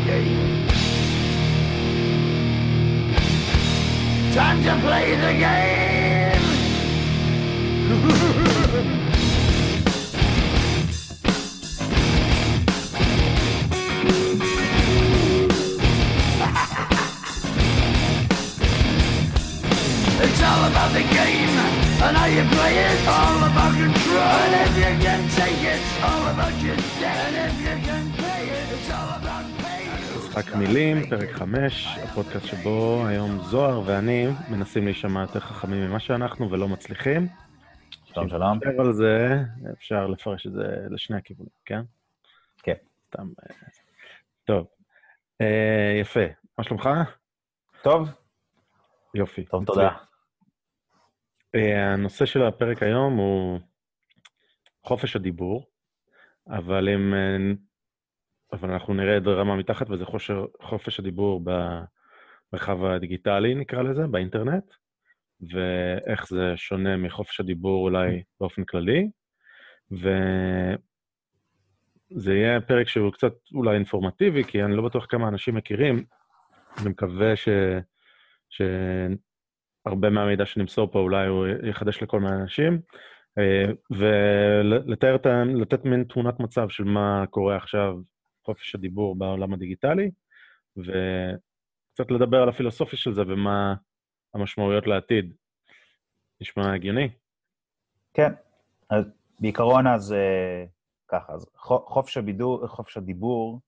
game. Time to play the game. It's all about the game and how you play it. All about control. And if you can take it, all about your debt. And if you can pay it, it's all about pain. משחק מילים, פרק 5, הפודקאסט שבו היום זוהר ואני מנסים להישמע יותר חכמים ממה שאנחנו ולא מצליחים. שלום שלום. אפשר על זה, אפשר לפרש את זה לשני הכיוונים, כן? כן. סתם. טוב. יפה. מה שלומך? טוב. יופי. טוב, תודה. הנושא של הפרק היום הוא חופש הדיבור, אבל אנחנו נראה דרמה מתחת, וזה חופש הדיבור במרחב הדיגיטלי, נקרא לזה, באינטרנט, ואיך זה שונה מחופש הדיבור אולי באופן כללי, וזה יהיה פרק שהוא קצת אולי אינפורמטיבי, כי אני לא בטוח כמה אנשים מכירים, אני מקווה שהרבה מהמידע שנמסור פה אולי הוא יחדש לכל מיני אנשים, ולתת מין תמונת מצב של מה קורה עכשיו חופש הדיבור בעולם הדיגיטלי, וקצת לדבר על הפילוסופיה של זה ומה המשמעויות לעתיד. נשמע הגיוני? כן, אז בעיקרון אז ככה, אז חופש הדיבור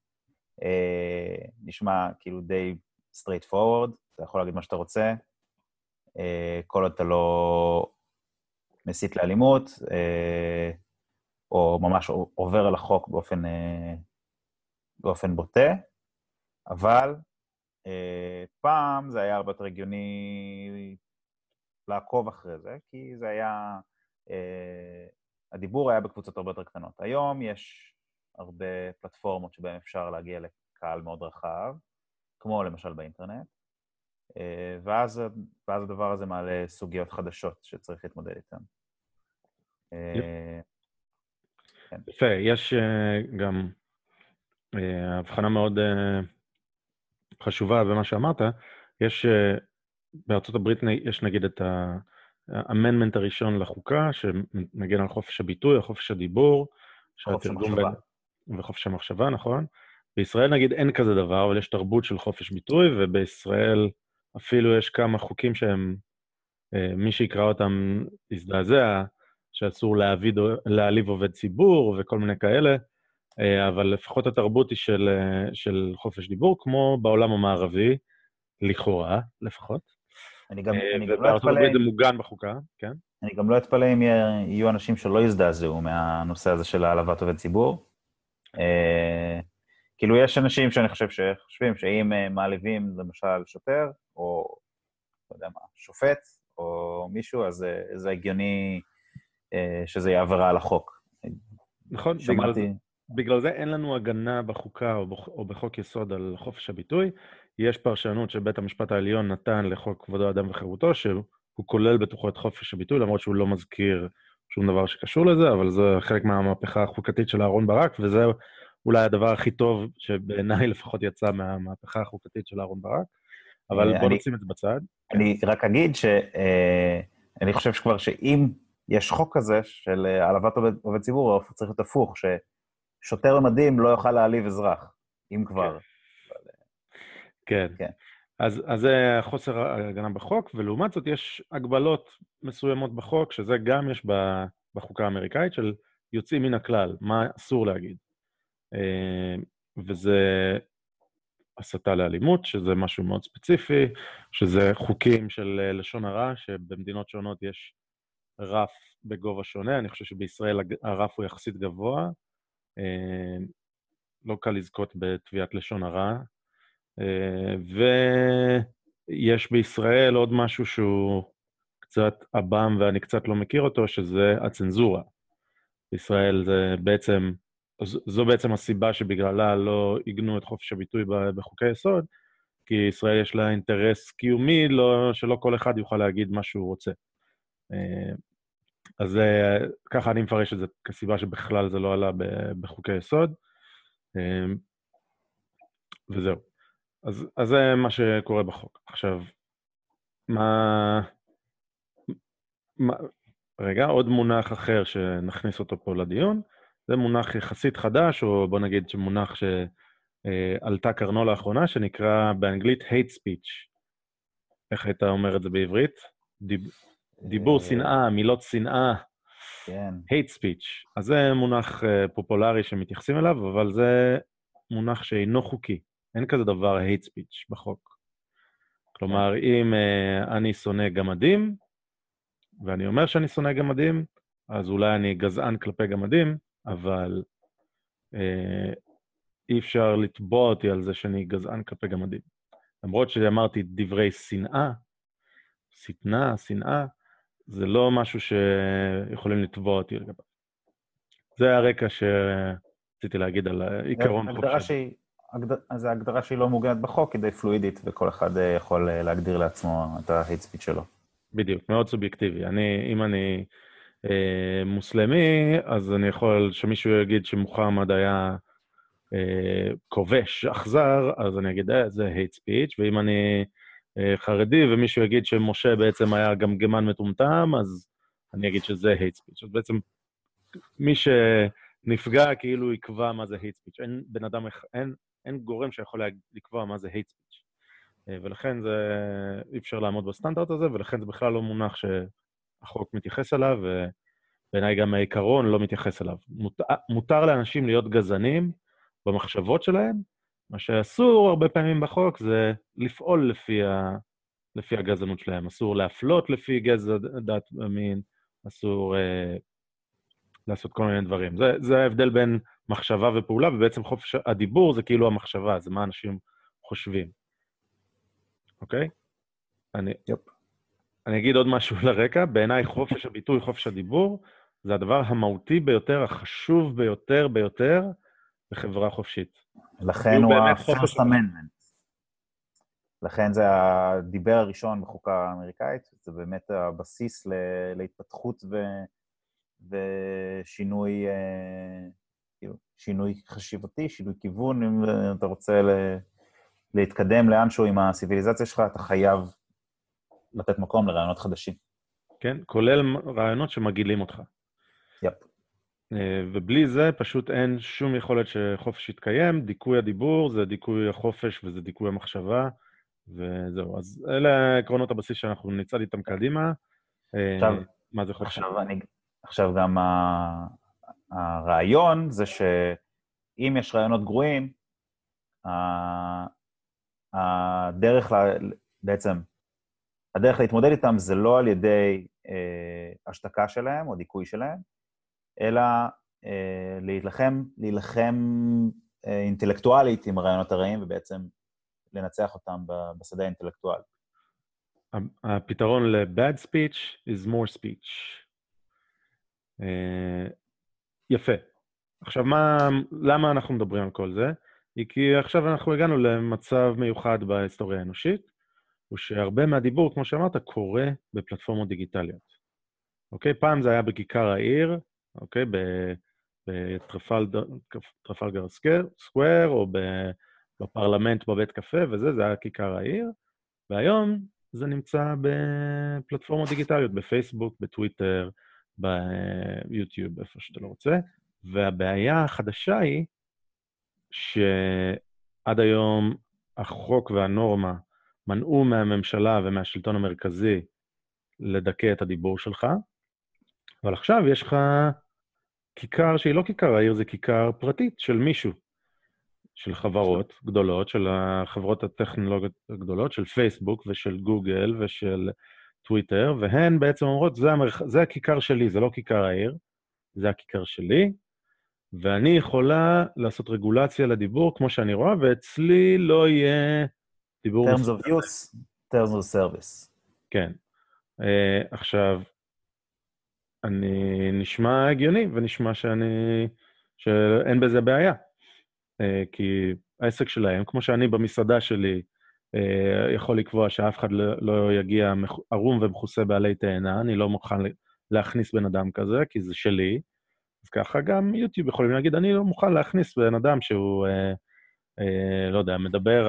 נשמע כאילו די straight forward, אתה יכול להגיד מה שאתה רוצה, כל עוד אתה לא מסית לאלימות, או ממש עובר על החוק באופן בוטה, אבל פעם זה היה הרבה יותר הגיוני לעקוב אחרי זה, כי זה היה, הדיבור היה בקבוצות הרבה יותר קטנות. היום יש הרבה פלטפורמות שבהן אפשר להגיע לקהל מאוד רחב, כמו למשל באינטרנט, ואז הדבר הזה מעלה סוגיות חדשות שצריך להתמודד איתן. יפה, יש גם הבחנה מאוד חשובה במה שאמרת, יש בארצות הברית יש נגיד את האמנדמנט הראשון לחוקה, שמגן על חופש הביטוי, על חופש הדיבור, חופש המחשבה. וחופש המחשבה, נכון? בישראל נגיד אין כזה דבר, אבל יש תרבות של חופש ביטוי, ובישראל אפילו יש כמה חוקים שהם, מי שיקרא אותם יזדעזע, שאסור להעליב עובד ציבור וכל מיני כאלה, אבל לפחות התרבות היא של חופש דיבור, כמו בעולם המערבי, לכאורה, לפחות. אני גם לא ובארצות הברית זה מוגן בחוקה, כן? אני גם לא אתפלא אם יהיו אנשים שלא יזדעזעו מהנושא הזה של העלבת עובד ציבור. כאילו יש אנשים שאני חושבים שאם מעליבים למשל שוטר, או לא יודע מה, שופט, או מישהו, אז זה הגיוני שזה יהיה עבירה על החוק. נכון, בגלל זה אין לנו הגנה בחוקה או בחוק יסוד על חופש הביטוי. יש פרשנות שבית המשפט העליון נתן לחוק כבוד האדם וחירותו, שהוא כולל בתוכו את חופש הביטוי, למרות שהוא לא מזכיר שום דבר שקשור לזה, אבל זה חלק מהמהפכה החוקתית של אהרן ברק, וזה אולי הדבר הכי טוב שבעיניי לפחות יצא מהמהפכה החוקתית של אהרן ברק, אבל בוא נשים את זה בצד. אני רק אגיד שאני חושב שכבר שאם יש חוק כזה של העלבת עובד ציבור, הוא צריך להיות הפוך, ששוטר מדהים לא יוכל להעליב אזרח, אם כבר. כן. אז זה חוסר הגנה בחוק, ולעומת זאת יש הגבלות מסוימות בחוק, שזה גם יש בחוקה האמריקאית של יוצאים מן הכלל, מה אסור להגיד. וזה הסתה לאלימות, שזה משהו מאוד ספציפי, שזה חוקים של לשון הרע, שבמדינות שונות יש רף בגובה שונה, אני חושב שבישראל הרף הוא יחסית גבוה, לא קל לזכות בתביעת לשון הרע, ויש בישראל עוד משהו שהוא קצת אב"ם ואני קצת לא מכיר אותו, שזה הצנזורה. בישראל זו בעצם הסיבה שבגללה לא עיגנו את חופש הביטוי בחוקי יסוד, כי ישראל יש לה אינטרס קיומי שלא כל אחד יוכל להגיד מה שהוא רוצה. אז ככה אני מפרש את זה כסיבה שבכלל זה לא עלה בחוקי יסוד. וזהו. אז זה מה שקורה בחוק. עכשיו, רגע, עוד מונח אחר שנכניס אותו פה לדיון, זה מונח יחסית חדש, או בוא נגיד שמונח שעלתה קרנו לאחרונה, שנקרא באנגלית hate speech. איך היית אומר את זה בעברית? דיבור שנאה, מילות שנאה. כן. hate speech. אז זה מונח פופולרי שמתייחסים אליו, אבל זה מונח שאינו חוקי. אין כזה דבר hate speech בחוק. כלומר, אם אני שונא גמדים, ואני אומר שאני שונא גמדים, אז אולי אני גזען כלפי גמדים, אבל אי אפשר לתבוע אותי על זה שאני גזען כלפי גמדים. למרות שאמרתי דברי שנאה, שטנה, שנאה, זה לא משהו שיכולים לתבוע אותי לגביו. זה הרקע שרציתי להגיד על עיקרון חופשי. אז ההגדרה שהיא לא מוגנת בחוק, היא די פלואידית, וכל אחד יכול להגדיר לעצמו את ה-hate speech שלו. בדיוק, מאוד סובייקטיבי. אם אני מוסלמי, אז אני יכול שמישהו יגיד שמוחמד היה כובש, אכזר, אז אני אגיד, זה hate speech, ואם אני חרדי ומישהו יגיד שמשה בעצם היה גם גמן מטומטם, אז אני אגיד שזה hate speech. אז בעצם מי שנפגע כאילו יקבע מה זה hate speech. אין בן אדם, אין גורם שיכול לקבוע מה זה hate speech. ולכן זה אי אפשר לעמוד בסטנדרט הזה, ולכן זה בכלל לא מונח שהחוק מתייחס אליו, ובעיניי גם העיקרון לא מתייחס אליו. מותר לאנשים להיות גזענים במחשבות שלהם, מה שאסור הרבה פעמים בחוק זה לפעול לפי הגזענות שלהם. אסור להפלות לפי גזע, דת ומין, אסור לעשות כל מיני דברים. זה ההבדל בין מחשבה ופעולה, ובעצם חופש הדיבור זה כאילו המחשבה, זה מה אנשים חושבים. אוקיי? אני אגיד עוד משהו לרקע. בעיניי חופש הביטוי, חופש הדיבור, זה הדבר המהותי ביותר, החשוב ביותר בחברה חופשית. לכן הוא ה-First Amendment. לכן זה הדיבר הראשון בחוקה האמריקאית, זה באמת הבסיס להתפתחות ושינוי חשיבתי, שינוי כיוון, אם אתה רוצה להתקדם לאנשהו עם הסיביליזציה שלך, אתה חייב לתת מקום לרעיונות חדשים. כן, כולל רעיונות שמגילים אותך. יפ. ובלי זה פשוט אין שום יכולת שחופש יתקיים. דיכוי הדיבור זה דיכוי החופש וזה דיכוי המחשבה, וזהו. אז אלה עקרונות הבסיס שאנחנו נצעד איתם קדימה. מה זה חופש? עכשיו גם הרעיון זה שאם יש רעיונות גרועים, הדרך להתמודד איתם זה לא על ידי השתקה שלהם או דיכוי שלהם, אלא להילחם אינטלקטואלית עם הרעיונות הרעים, ובעצם לנצח אותם בשדה האינטלקטואלי. הפתרון ל-bad speech is more speech. יפה. עכשיו, למה אנחנו מדברים על כל זה? כי עכשיו אנחנו הגענו למצב מיוחד בהיסטוריה האנושית, הוא שהרבה מהדיבור, כמו שאמרת, קורה בפלטפורמות דיגיטליות. אוקיי? פעם זה היה בכיכר העיר, אוקיי? בטרפלגר סקוואר, או בפרלמנט בבית קפה, וזה היה כיכר העיר, והיום זה נמצא בפלטפורמות דיגיטליות, בפייסבוק, בטוויטר, ביוטיוב, איפה שאתה לא רוצה, והבעיה החדשה היא, שעד היום החוק והנורמה מנעו מהממשלה ומהשלטון המרכזי לדכא את הדיבור שלך, אבל עכשיו יש לך כיכר שהיא לא כיכר העיר, זה כיכר פרטית של מישהו, של חברות גדולות, של החברות הטכנולוגיות הגדולות, של פייסבוק ושל גוגל ושל טוויטר, והן בעצם אומרות, זה הכיכר שלי, זה לא כיכר העיר, זה הכיכר שלי, ואני יכולה לעשות רגולציה לדיבור כמו שאני רואה, ואצלי לא יהיה דיבור... terms of use, terms of service. כן. עכשיו, אני נשמע הגיוני, ונשמע שאין בזה בעיה. כי העסק שלהם, כמו שאני במסעדה שלי, יכול לקבוע שאף אחד לא יגיע ערום ומכוסה בעלי תאנה, אני לא מוכן להכניס בן אדם כזה, כי זה שלי. אז ככה גם יוטיוב יכולים להגיד, אני לא מוכן להכניס בן אדם שהוא לא יודע, מדבר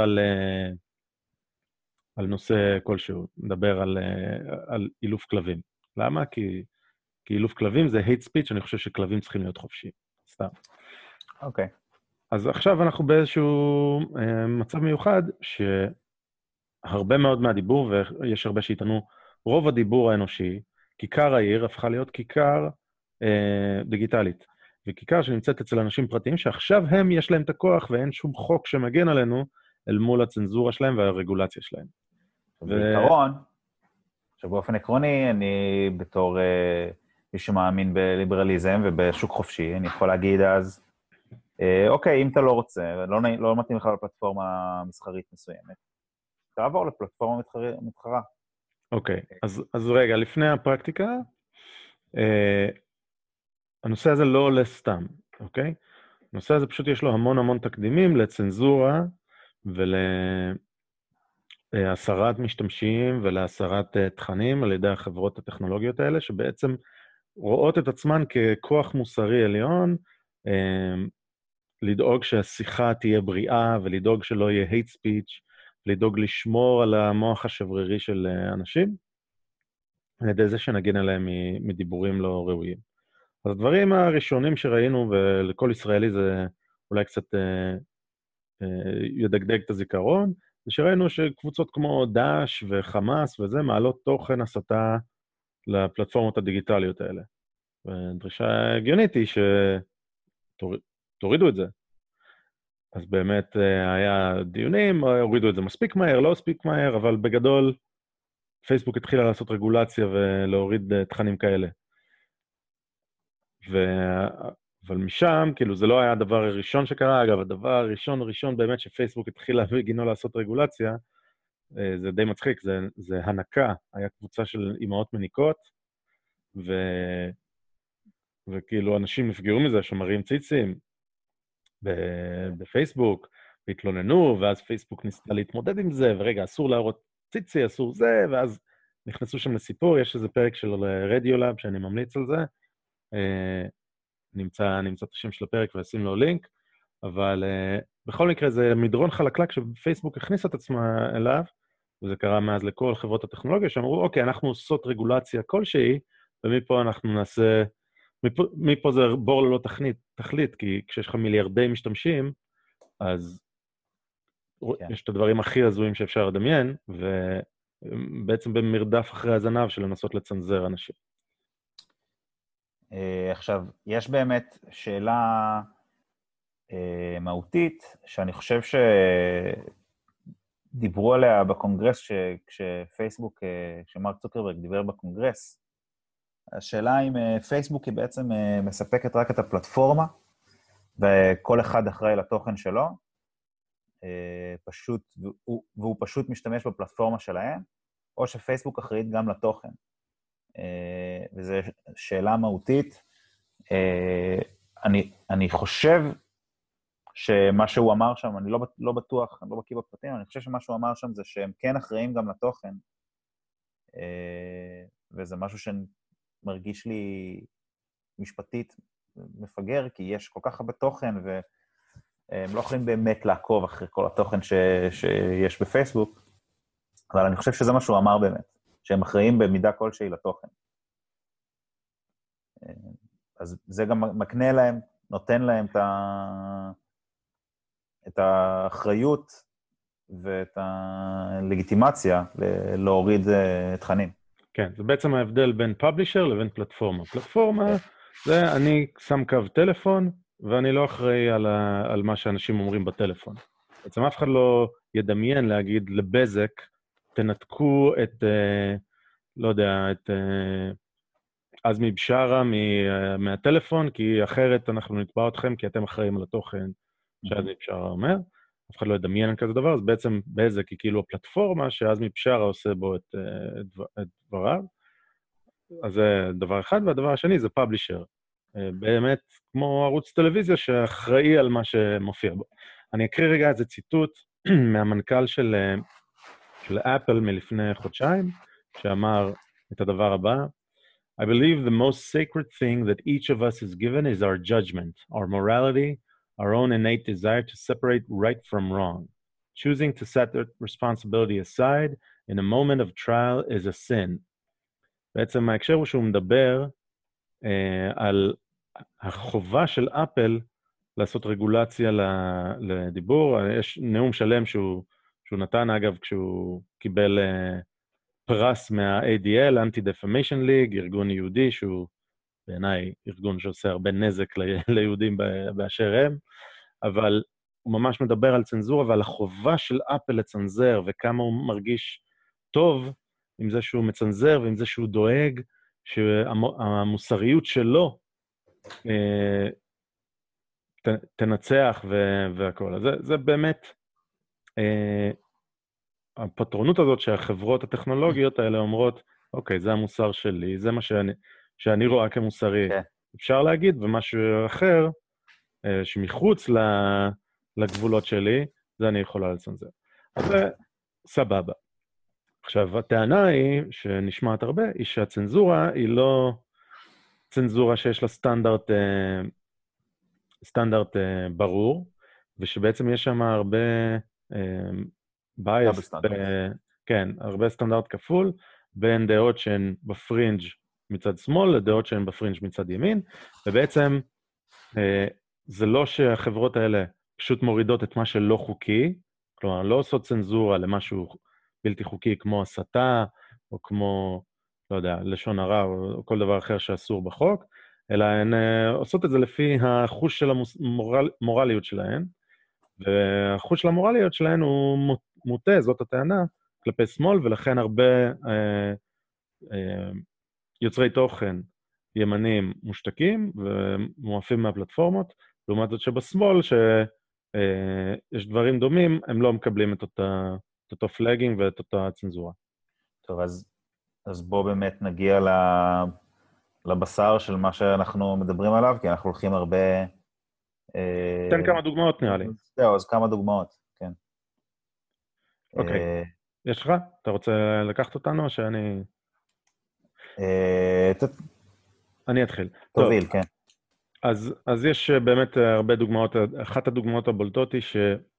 על נושא כלשהו, מדבר על אילוף כלבים. למה? כי אילוף כלבים זה hate speech, אני חושב שכלבים צריכים להיות חופשיים. סתם. אוקיי. אז עכשיו אנחנו באיזשהו מצב מיוחד, שהרבה מאוד מהדיבור, ויש הרבה שיטענו, רוב הדיבור האנושי, כיכר העיר הפכה להיות כיכר דיגיטלית. וכיכר שנמצאת אצל אנשים פרטיים, שעכשיו הם יש להם את הכוח, ואין שום חוק שמגן עלינו, אל מול הצנזורה שלהם והרגולציה שלהם. בעיקרון, שבאופן עקרוני, אני בתור מי שמאמין בליברליזם ובשוק חופשי, אני יכול להגיד אז, אוקיי, אם אתה לא רוצה, לא מתאים לך לפלטפורמה מסחרית מסוימת, תעבור לפלטפורמה מתחרה. אוקיי, אז רגע, לפני הפרקטיקה, הנושא הזה לא עולה סתם, אוקיי? הנושא הזה פשוט יש לו המון תקדימים לצנזורה ולהסרת משתמשים ולהסרת תכנים על ידי החברות הטכנולוגיות האלה, שבעצם רואות את עצמן ככוח מוסרי עליון, לדאוג שהשיחה תהיה בריאה ולדאוג שלא יהיה hate speech, לדאוג לשמור על המוח השברירי של אנשים, על ידי זה שנגן עליהם מדיבורים לא ראויים. אז הדברים הראשונים שראינו, ולכל ישראלי זה אולי קצת ידגדג את הזיכרון, זה שראינו שקבוצות כמו דאעש וחמאס וזה מעלות תוכן הסתה לפלטפורמות הדיגיטליות האלה. ודרישה הגיונית היא שתורידו את זה. אז באמת היה דיונים, הורידו את זה מספיק מהר, לא מספיק מהר, אבל בגדול פייסבוק התחילה לעשות רגולציה ולהוריד תכנים כאלה. אבל משם, כאילו זה לא היה הדבר הראשון שקרה, אגב, הדבר הראשון באמת שפייסבוק התחילה בגינו לעשות רגולציה, זה די מצחיק, זה הנקה, היה קבוצה של אמהות מניקות, וכאילו אנשים נפגעו מזה, שמראים ציצים בפייסבוק, והתלוננו, ואז פייסבוק ניסתה להתמודד עם זה, ורגע, אסור להראות ציצי, אסור זה, ואז נכנסו שם לסיפור, יש איזה פרק של רדיולאב שאני ממליץ על זה, נמצא את השם של הפרק ואשים לו לינק, אבל בכל מקרה זה מדרון חלקלק שפייסבוק הכניס את עצמה אליו, וזה קרה מאז לכל חברות הטכנולוגיה, שאמרו, אוקיי, אנחנו עושות רגולציה כלשהי, ומפה אנחנו נעשה, מפה זה בור ללא תכלית, כי כשיש לך מיליארדי משתמשים, אז יש את הדברים הכי הזויים שאפשר לדמיין, ובעצם במרדף אחרי הזנב של לנסות לצנזר אנשים. עכשיו, יש באמת שאלה מהותית, שאני חושב שדיברו עליה בקונגרס, כשפייסבוק, כשמרק צוקרברג דיבר בקונגרס, השאלה אם פייסבוק היא בעצם מספקת רק את הפלטפורמה, וכל אחד אחראי לתוכן שלו, והוא פשוט משתמש בפלטפורמה שלהם, או שפייסבוק אחראית גם לתוכן. וזו שאלה מהותית. אני חושב שמה שהוא אמר שם, אני לא בטוח, אני לא בקיא בפרטים, אני חושב שמה שהוא אמר שם זה שהם כן אחראים גם לתוכן, וזה משהו שמרגיש לי משפטית מפגר, כי יש כל כך הרבה תוכן, והם לא יכולים באמת לעקוב אחרי כל התוכן שיש בפייסבוק, אבל אני חושב שזה מה שהוא אמר באמת, שהם אחראים במידה כלשהי לתוכן. אז זה גם מקנה להם, נותן להם את האחריות ואת הלגיטימציה להוריד תכנים. כן, זה בעצם ההבדל בין פאבלישר לבין פלטפורמה. פלטפורמה זה אני שם קו טלפון, ואני לא אחראי על מה שאנשים אומרים בטלפון. בעצם אף אחד לא ידמיין להגיד לבזק, תנתקו את, לא יודע, את עזמי בשארה מהטלפון, כי אחרת אנחנו נתבע אתכם, כי אתם אחראים על התוכן שעזמי בשארה אומר. אף אחד לא ידמיין על כזה דבר, אז בעצם בזק היא כאילו הפלטפורמה שעזמי בשארה עושה בו את דבריו. אז זה דבר אחד, והדבר השני זה פאבלישר. באמת כמו ערוץ טלוויזיה שאחראי על מה שמופיע בו. אני אקריא רגע איזה ציטוט מהמנכ"ל של אפל מלפני חודשיים, שאמר את הדבר הבא, I believe the most sacred thing that each of us is given is our judgment, our morality, our own innate desire to separate right from wrong. Choosing to set the responsibility aside in a moment of trial is a sin. בעצם ההקשר הוא שהוא מדבר על החובה של אפל לעשות רגולציה לדיבור. יש נאום שלם שהוא נתן, אגב, כשהוא קיבל פרס מה-ADL, Anti-Defamation League, ארגון יהודי, שהוא בעיניי ארגון שעושה הרבה נזק ליהודים באשר הם, אבל הוא ממש מדבר על צנזורה ועל החובה של אפל לצנזר, וכמה הוא מרגיש טוב עם זה שהוא מצנזר, ועם זה שהוא דואג שהמוסריות שלו תנצח והכל. אז זה באמת הפטרונות הזאת שהחברות הטכנולוגיות האלה אומרות, אוקיי, זה המוסר שלי, זה מה שאני רואה כמוסרי. אפשר להגיד, ומשהו אחר, שמחוץ לגבולות שלי, זה אני יכולה לצנזר. אז זה סבבה. עכשיו, הטענה היא, שנשמעת הרבה, היא שהצנזורה היא לא צנזורה שיש לה סטנדרט ברור, ושבעצם יש שם הרבה בייס, כן, הרבה סטנדרט כפול, בין דעות שהן בפרינג' מצד שמאל, לדעות שהן בפרינג' מצד ימין, ובעצם זה לא שהחברות האלה פשוט מורידות את מה שלא חוקי, כלומר, לא עושות צנזורה למשהו בלתי חוקי, כמו הסתה, או כמו, לא יודע, לשון הרע, או כל דבר אחר שאסור בחוק, אלא הן עושות את זה לפי החוש של המורליות שלהן, והחוש של המורליות שלהן הוא מוטה, זאת הטענה, כלפי שמאל, ולכן הרבה יוצרי תוכן ימנים מושתקים, ומועפים מהפלטפורמות, לעומת זאת שבשמאל, שיש דברים דומים, הם לא מקבלים את אותו פלאגינג ואת אותה צנזורה. טוב, אז בוא באמת נגיע לבשר של מה שאנחנו מדברים עליו, כי אנחנו הולכים הרבה... תן כמה דוגמאות, נראה לי. זהו, אז כמה דוגמאות, כן. אוקיי. יש לך? אתה רוצה לקחת אותנו, או שאני... אני אתחיל. תוביל, כן. אז יש באמת הרבה דוגמאות. אחת הדוגמאות הבולטות היא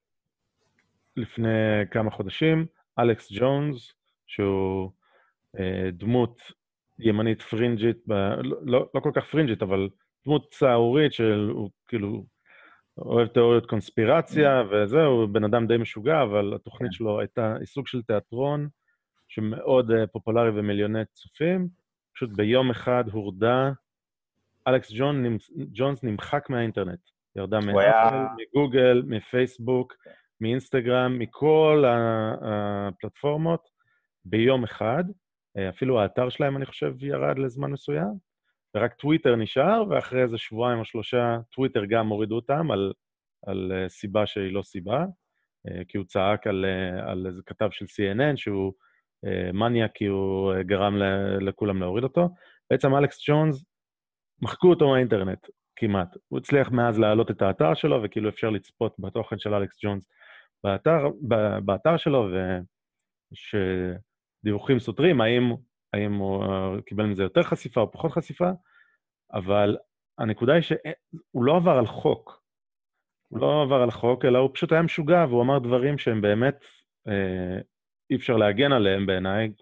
שלפני כמה חודשים, אלכס ג'ונס, שהוא דמות ימנית פרינג'ית, לא כל כך פרינג'ית, אבל דמות צעורית שהוא כאילו אוהב תיאוריות קונספירציה, וזהו, בן אדם די משוגע, אבל התוכנית שלו הייתה סוג של תיאטרון, שמאוד פופולרי ומיליוני צופים, פשוט ביום אחד הורדה, אלכס ג'ונס נמחק מהאינטרנט, ירדה מאפל, מגוגל, מפייסבוק, מאינסטגרם, מכל הפלטפורמות, ביום אחד, אפילו האתר שלהם, אני חושב, ירד לזמן מסוים, ורק טוויטר נשאר, ואחרי איזה שבועיים או שלושה, טוויטר גם הורידו אותם על סיבה שהיא לא סיבה, כי הוא צעק על איזה כתב של CNN, שהוא מניאק, כי הוא גרם לכולם להוריד אותו. בעצם אלכס ג'ונס, מחקו אותו מהאינטרנט, כמעט. הוא הצליח מאז להעלות את האתר שלו, וכאילו אפשר לצפות בתוכן של אלכס ג'ונס באתר שלו, ויש דיווחים סותרים, האם הוא קיבל מזה יותר חשיפה או פחות חשיפה, אבל הנקודה היא שהוא לא עבר על חוק. הוא לא עבר על חוק, אלא הוא פשוט היה משוגע, והוא אמר דברים שהם באמת אי אפשר להגן עליהם בעיניי,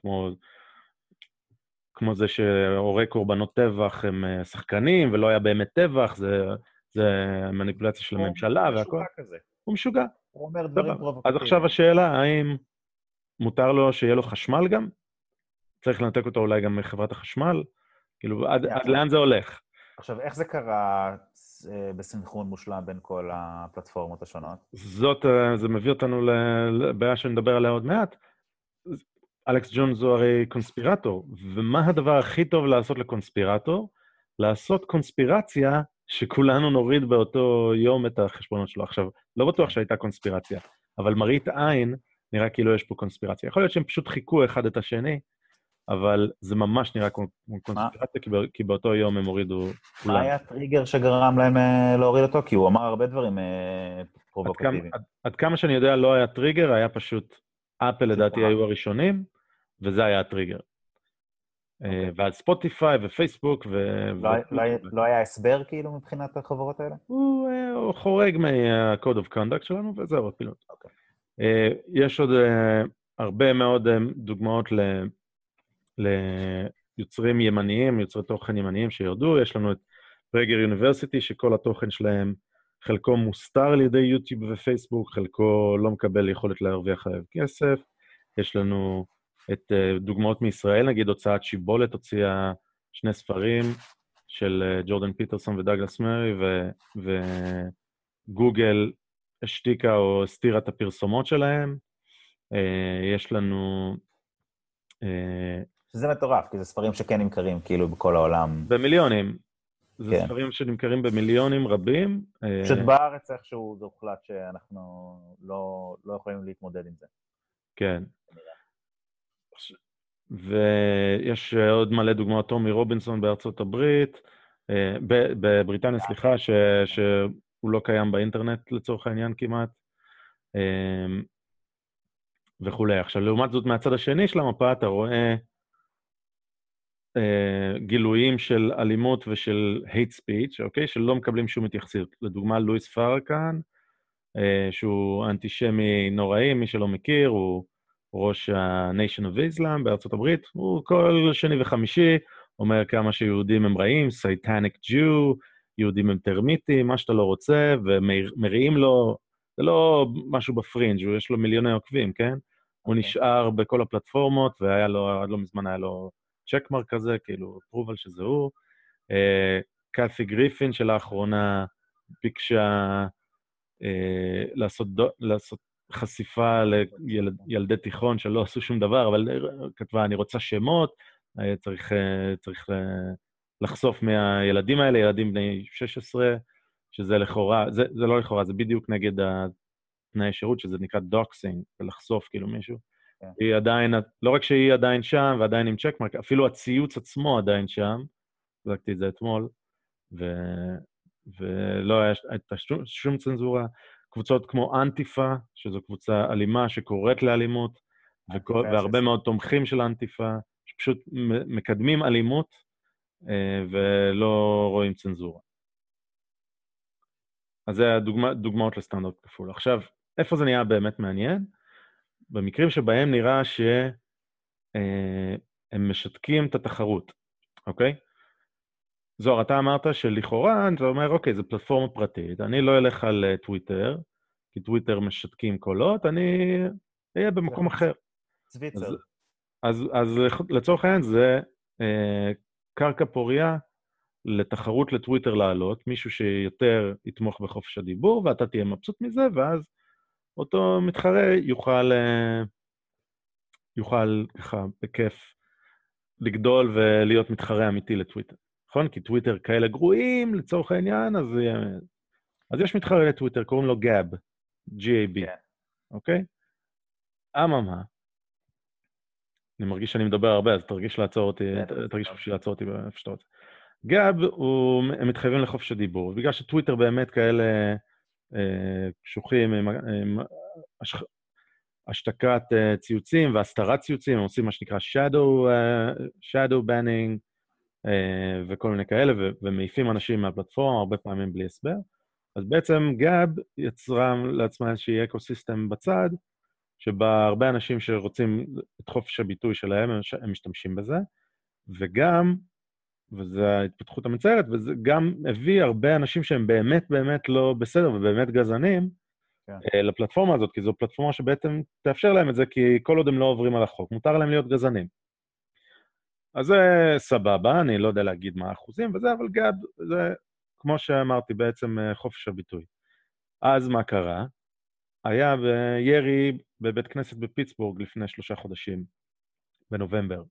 כמו זה שהורי קורבנות טבח הם שחקנים, ולא היה באמת טבח, זה מניפולציה של הממשלה והכל. הוא משוגע כזה. הוא משוגע. הוא אומר דברים פרובוקטיביים. אז עכשיו השאלה, האם מותר לו שיהיה לו חשמל גם? צריך לנתק אותו אולי גם מחברת החשמל? כאילו, עד לאן זה הולך? עכשיו, איך זה קרה בסנכרון מושלם בין כל הפלטפורמות השונות? זה מביא אותנו לבעיה שנדבר עליה עוד מעט. אלכס ג'ונס הוא הרי קונספירטור, ומה הדבר הכי טוב לעשות לקונספירטור? לעשות קונספירציה שכולנו נוריד באותו יום את החשבונות שלו. עכשיו, לא בטוח שהייתה קונספירציה, אבל מראית עין נראה כאילו יש פה קונספירציה. יכול להיות שהם פשוט חיכו אחד את השני, אבל זה ממש נראה כמו קונספירציה, כי באותו יום הם הורידו כולם. מה היה הטריגר שגרם להם להוריד אותו? כי הוא אמר הרבה דברים פרובוקטיביים. עד כמה שאני יודע, לא היה טריגר, היה פשוט, אפל לדעתי היו הראשונים, וזה היה הטריגר. ועל ספוטיפיי ופייסבוק לא היה הסבר כאילו מבחינת החברות האלה? הוא חורג מה-Code of Conduct שלנו, וזהו, הפעילות. יש עוד הרבה מאוד דוגמאות ליוצרים ימניים, יוצרי תוכן ימניים שירדו. יש לנו את רגר יוניברסיטי, שכל התוכן שלהם, חלקו מוסתר על ידי יוטיוב ופייסבוק, חלקו לא מקבל יכולת להרוויח עליו כסף. יש לנו את דוגמאות מישראל, נגיד הוצאת שיבולת, הוציאה 2 ספרים של ג'ורדן פיטרסון ודאגלס מרי, וגוגל השתיקה או הסתירה את הפרסומות שלהם. יש לנו... שזה מטורף, כי זה ספרים שכן נמכרים כאילו בכל העולם. במיליונים. זה ספרים שנמכרים במיליונים רבים. פשוט בארץ איכשהו זה הוחלט שאנחנו לא יכולים להתמודד עם זה. כן. ויש עוד מלא דוגמאות, טומי רובינסון בארצות הברית, בבריטניה, סליחה, שהוא לא קיים באינטרנט לצורך העניין כמעט, וכולי. עכשיו, לעומת זאת, מהצד השני של המפה, אתה רואה גילויים של אלימות ושל hate speech, אוקיי? שלא מקבלים שום התייחסות. לדוגמה, לואיס פארקן, שהוא אנטישמי נוראי, מי שלא מכיר, הוא ראש ה-Nation of Islam בארצות הברית, הוא כל שני וחמישי אומר כמה שיהודים הם רעים, Satanic Jew, יהודים הם טרמיטים, מה שאתה לא רוצה, ומריעים לו, זה לא משהו בפרינג', יש לו מיליוני עוקבים, כן? הוא נשאר בכל הפלטפורמות, והיה לו, עד לא מזמן היה לו צ'קמרק כזה, כאילו, פרובל שזה הוא. קאתי גריפין שלאחרונה ביקשה לעשות חשיפה לילדי תיכון שלא עשו שום דבר, אבל כתבה, אני רוצה שמות, צריך לחשוף מהילדים האלה, ילדים בני 16, שזה לכאורה, זה לא לכאורה, זה בדיוק נגד תנאי שירות, שזה נקרא דוקסינג, ולחשוף כאילו מישהו. היא עדיין, לא רק שהיא עדיין שם, ועדיין עם צ'קמרק, אפילו הציוץ עצמו עדיין שם, בדקתי את זה אתמול, ולא הייתה שום צנזורה. קבוצות כמו אנטיפה, שזו קבוצה אלימה שקוראת לאלימות, והרבה מאוד תומכים של אנטיפה, שפשוט מקדמים אלימות, ולא רואים צנזורה. אז זה דוגמאות לסטנדרט כפול. עכשיו, איפה זה נהיה באמת מעניין? במקרים שבהם נראה שהם משתקים את התחרות, אוקיי? זוהר, אתה אמרת שלכאורה, אתה אומר, אוקיי, זו פלטפורמה פרטית, אני לא אלך על טוויטר, כי טוויטר משתקים קולות, אני אהיה במקום אחר. צוויצר. אז לצורך העניין זה קרקע פוריה לתחרות לטוויטר לעלות, מישהו שיותר יתמוך בחופש הדיבור, ואתה תהיה מבסוט מזה, ואז אותו מתחרה יוכל ככה בכיף לגדול ולהיות מתחרה אמיתי לטוויטר. נכון? כי טוויטר כאלה גרועים לצורך העניין, אז יש מתחרה לטוויטר, קוראים לו גאב, G-A-B, אוקיי? אממה, אני מרגיש שאני מדבר הרבה, אז תרגיש בשביל לעצור אותי באיפה שאתה רוצה. גאב, הם מתחייבים לחופש הדיבור, בגלל שטוויטר באמת כאלה קשוחים עם השתקת ציוצים והסתרת ציוצים, הם עושים מה שנקרא shadow banning, וכל מיני כאלה, ומעיפים אנשים מהפלטפורמה, הרבה פעמים בלי הסבר. אז בעצם גאב יצרה לעצמה איזושהי אקוסיסטם בצד, שבה הרבה אנשים שרוצים את חופש הביטוי שלהם, הם משתמשים בזה, וגם, וזו ההתפתחות המצערת, וזה גם הביא הרבה אנשים שהם באמת באמת לא בסדר, ובאמת גזענים, לפלטפורמה הזאת, כי זו פלטפורמה שבעצם תאפשר להם את זה, כי כל עוד הם לא עוברים על החוק, מותר להם להיות גזענים. אז זה סבבה, אני לא יודע להגיד מה האחוזים וזה, אבל גאב, זה, כמו שאמרתי, בעצם חופש הביטוי. אז מה קרה? היה בירי בבית כנסת בפיטסבורג לפני 3 חודשים, בנובמבר.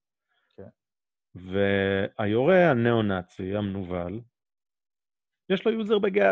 והיורה הנאו-נאצי, המנוול, יש לו יוזר בגאב.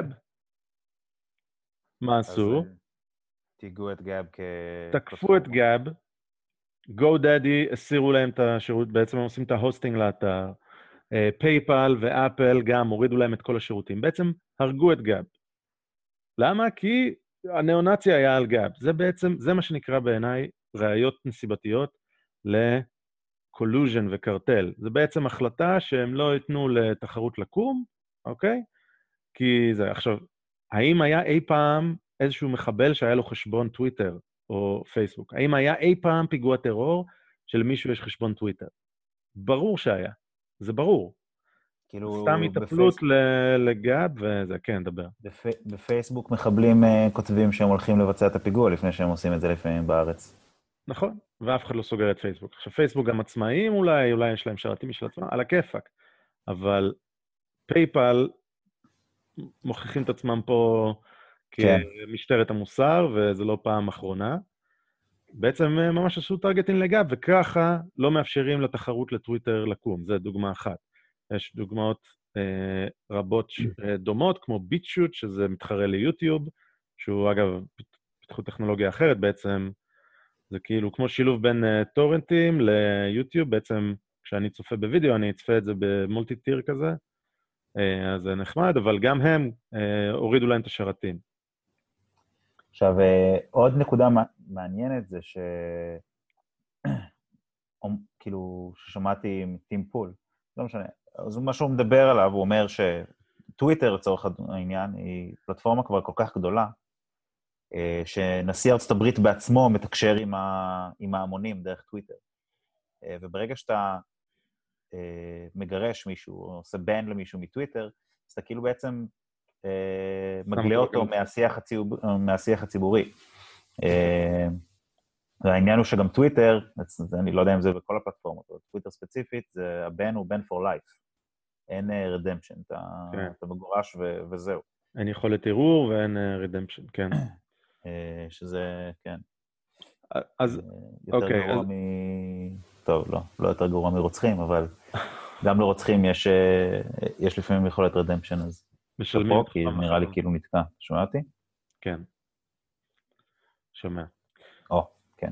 מה עשו? תיגעו את גאב תקפו את גאב, GoDaddy הסירו להם את השירות, בעצם הם עושים את ההוסטינג לאתר, פייפל ואפל גם הורידו להם את כל השירותים, בעצם הרגו את גאב. למה? כי הנאו-נאצי היה על גאב. זה בעצם, זה מה שנקרא בעיניי ראיות נסיבתיות קולוז'ן וקרטל. זה בעצם החלטה שהם לא ייתנו לתחרות לקום, אוקיי? כי זה, עכשיו, האם היה אי פעם איזשהו מחבל שהיה לו חשבון טוויטר או פייסבוק? האם היה אי פעם פיגוע טרור שלמישהו יש חשבון טוויטר? ברור שהיה, זה ברור. כאילו סתם התאפלות לגב וזה, כן, דבר. בפייסבוק מחבלים כותבים שהם הולכים לבצע את הפיגוע לפני שהם עושים את זה לפעמים בארץ. נכון, ואף אחד לא סוגר את פייסבוק. עכשיו, פייסבוק גם עצמאיים אולי יש להם שרתים משל עצמם, על הכיפק. אבל פייפל מוכיחים את עצמם פה כמשטרת המוסר, וזה לא פעם אחרונה. בעצם ממש עשו טרגטינג לגב, וככה לא מאפשרים לתחרות לטוויטר לקום. זו דוגמה אחת. יש דוגמאות רבות דומות, כמו ביטשוט, שזה מתחרה ליוטיוב, שהוא אגב פיתחו טכנולוגיה אחרת בעצם, זה כאילו כמו שילוב בין טורנטים ליוטיוב, בעצם כשאני צופה בווידאו, אני אצפה את זה במולטי-טיר כזה, אז זה נחמד, אבל גם הם הורידו להם את השרתים. עכשיו, עוד נקודה מעניינת זה כאילו, ששמעתי מטים פול, לא משנה, אז מה שהוא מדבר עליו, הוא אומר שטוויטר, לצורך העניין, היא פלטפורמה כבר כל כך גדולה, שנשיא ארצות הברית בעצמו מתקשר עם ההמונים דרך טוויטר. וברגע שאתה מגרש מישהו, או עושה בן למישהו מטוויטר, אז אתה כאילו בעצם מגלה אותו מהשיח הציבורי. והעניין הוא שגם טוויטר, אני לא יודע אם זה בכל הפלטפורמות, אבל טוויטר ספציפית, הבן הוא בן for life. אין רדמפשן, אתה מגורש וזהו. אין יכולת ערעור ואין רדמפשן, כן. שזה, כן. אז, יותר גרוע טוב, לא יותר גרוע מרוצחים, אבל גם לרוצחים יש לפעמים יכולת רדמפשן, אז משלמים כי נראה לי כאילו נתקע. שומע אותי? כן. שומע. כן.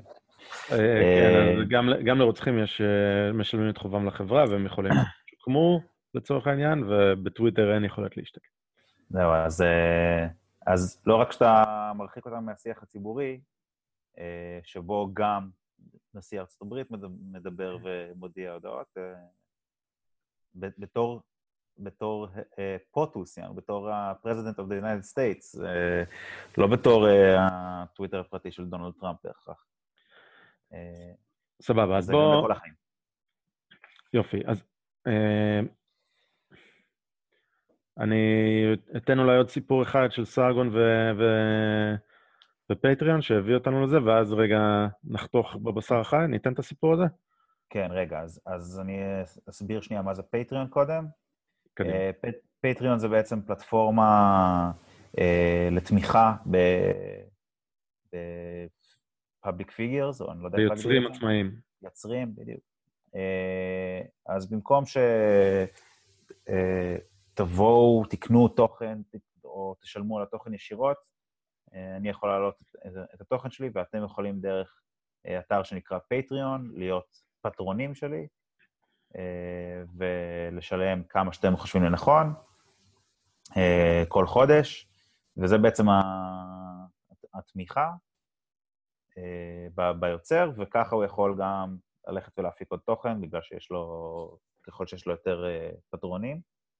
גם לרוצחים משלמים את חובם לחברה, והם יכולים לשוקמו לצורך העניין, ובטוויטר אין יכולת להשתקם. זהו, אז לא רק שאתה מרחיק אותם מהשיח הציבורי, שבו גם נשיא ארצות הברית מדבר ומודיע הודעות, בתור פוטוס, בתור ה-President of the United States, לא בתור הטוויטר הפרטי של דונלד טראמפ בהכרח. סבבה, אז בוא... זה גם בכל החיים. יופי, אז אני אתן אולי עוד סיפור אחד של סארגון ופטריון שהביא אותנו לזה, ואז רגע נחתוך בבשר החי, ניתן את הסיפור הזה? כן, רגע, אז אני אסביר שנייה מה זה פטריון קודם. פטריון זה בעצם פלטפורמה לתמיכה ב-public figures, או אני לא יודע איך להגדיר את זה. ביוצרים עצמאיים. יוצרים, בדיוק. אז במקום שתבואו, תקנו תוכן, או תשלמו על התוכן ישירות, אני יכול להעלות את התוכן שלי, ואתם יכולים דרך אתר שנקרא פטריון, להיות פטרונים שלי, ולשלם כמה שאתם חושבים לנכון, כל חודש, וזה בעצם התמיכה ביוצר, וככה הוא יכול גם ללכת ולהפיק עוד תוכן, בגלל שיש לו, ככל שיש לו יותר פטרונים.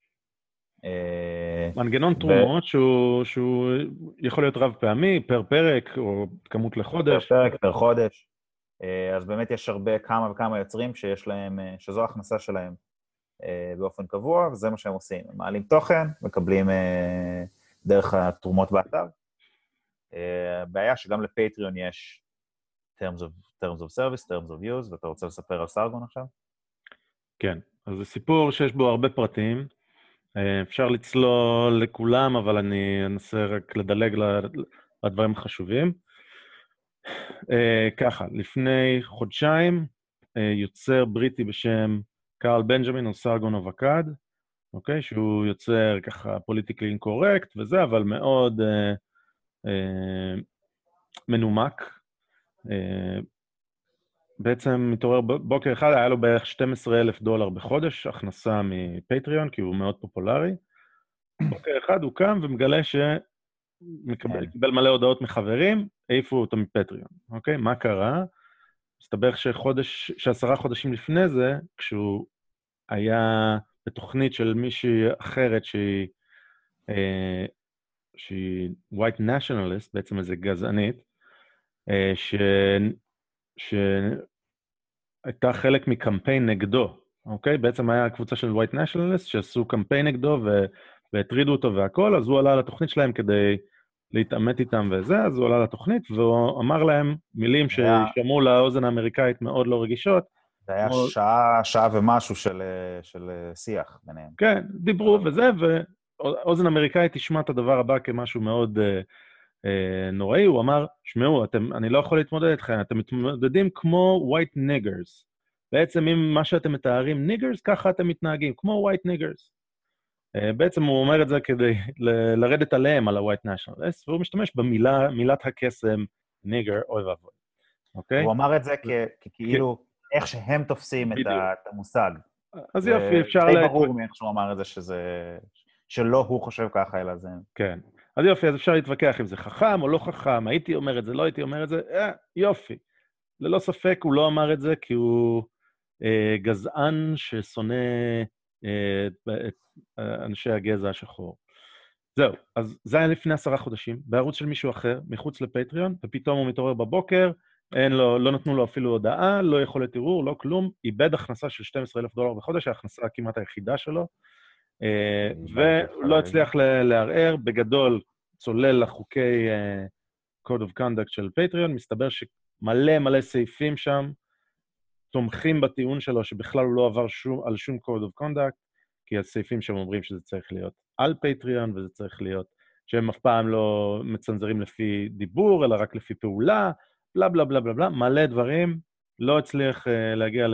מנגנון תרומות שהוא יכול להיות רב פעמי, פר פרק, או כמות לחודש. פר פרק, פר חודש. אז באמת יש הרבה כמה וכמה יוצרים שיש להם, שזו ההכנסה שלהם באופן קבוע, וזה מה שהם עושים. הם מעלים תוכן, מקבלים דרך התרומות באתר. הבעיה שגם לפטריון יש terms of service, terms of use, ואתה רוצה לספר על סארגון עכשיו? כן, אז זה סיפור שיש בו הרבה פרטים. אפשר לצלול לכולם, אבל אני אנסה רק לדלג לדברים החשובים. ככה, לפני חודשיים, יוצר בריטי בשם קארל בנג'מין או סארגון אבקד, אוקיי? שהוא יוצר ככה פוליטיקלי אינקורקט וזה, אבל מאוד מנומק. בעצם מתעורר בוקר אחד, היה לו בערך $12,000 בחודש, הכנסה מפטריון, כי הוא מאוד פופולרי. בוקר אחד הוא קם ומגלה קיבל מלא הודעות מחברים, העיפו אותו מפטריון, אוקיי? מה קרה? מסתבר ש10 חודשים לפני זה, כשהוא היה בתוכנית של מישהי אחרת שהיא white nationalist, בעצם איזה גזענית, שהייתה חלק מקמפיין נגדו, אוקיי? בעצם היה קבוצה של white nationalist שעשו קמפיין נגדו והטרידו אותו והכל, אז הוא עלה לתוכנית שלהם כדי להתעמת איתם וזה, אז הוא עלה לתוכנית והוא אמר להם מילים שישמעו לאוזן האמריקאית מאוד לא רגישות. זה היה שעה ומשהו של שיח ביניהם. כן, דיברו וזה, ואוזן אמריקאית תשמע את הדבר הבא כמשהו מאוד נוראי, הוא אמר, שמעו, אני לא יכול להתמודד איתכם, אתם מתמודדים כמו white niggers. בעצם אם מה שאתם מתארים niggers, ככה אתם מתנהגים, כמו white niggers. בעצם הוא אומר את זה כדי לרדת עליהם, על ה-white nationalist, והוא משתמש במילת הקסם ניגר, אוי ואבוי. אוקיי? הוא אמר את זה כאילו, איך שהם תופסים את המושג. אז יופי, אפשר... די ברור מאיך שהוא אמר את זה שלא הוא חושב ככה, אלא זה... כן. אז יופי, אז אפשר להתווכח אם זה חכם או לא חכם, הייתי אומר את זה, לא הייתי אומר את זה, יופי. ללא ספק הוא לא אמר את זה, כי הוא גזען ששונא את אנשי הגזע השחור. זהו, אז זה היה לפני 10 חודשים, בערוץ של מישהו אחר, מחוץ לפטריון, ופתאום הוא מתעורר בבוקר, לא נתנו לו אפילו הודעה, לא יכולת ערעור, לא כלום, איבד הכנסה של $12,000 בחודש, ההכנסה כמעט היחידה שלו, ולא הצליח לערער, בגדול צולל לחוקי Code of Conduct של פטריון, מסתבר שמלא סעיפים שם, תומכים בטיעון שלו, שבכלל הוא לא עבר על שום Code of Conduct, כי הסעיפים שם אומרים שזה צריך להיות על פטריון, וזה צריך להיות שהם אף פעם לא מצנזרים לפי דיבור, אלא רק לפי פעולה, בלה בלה בלה בלה בלה, מלא דברים, לא הצליח להגיע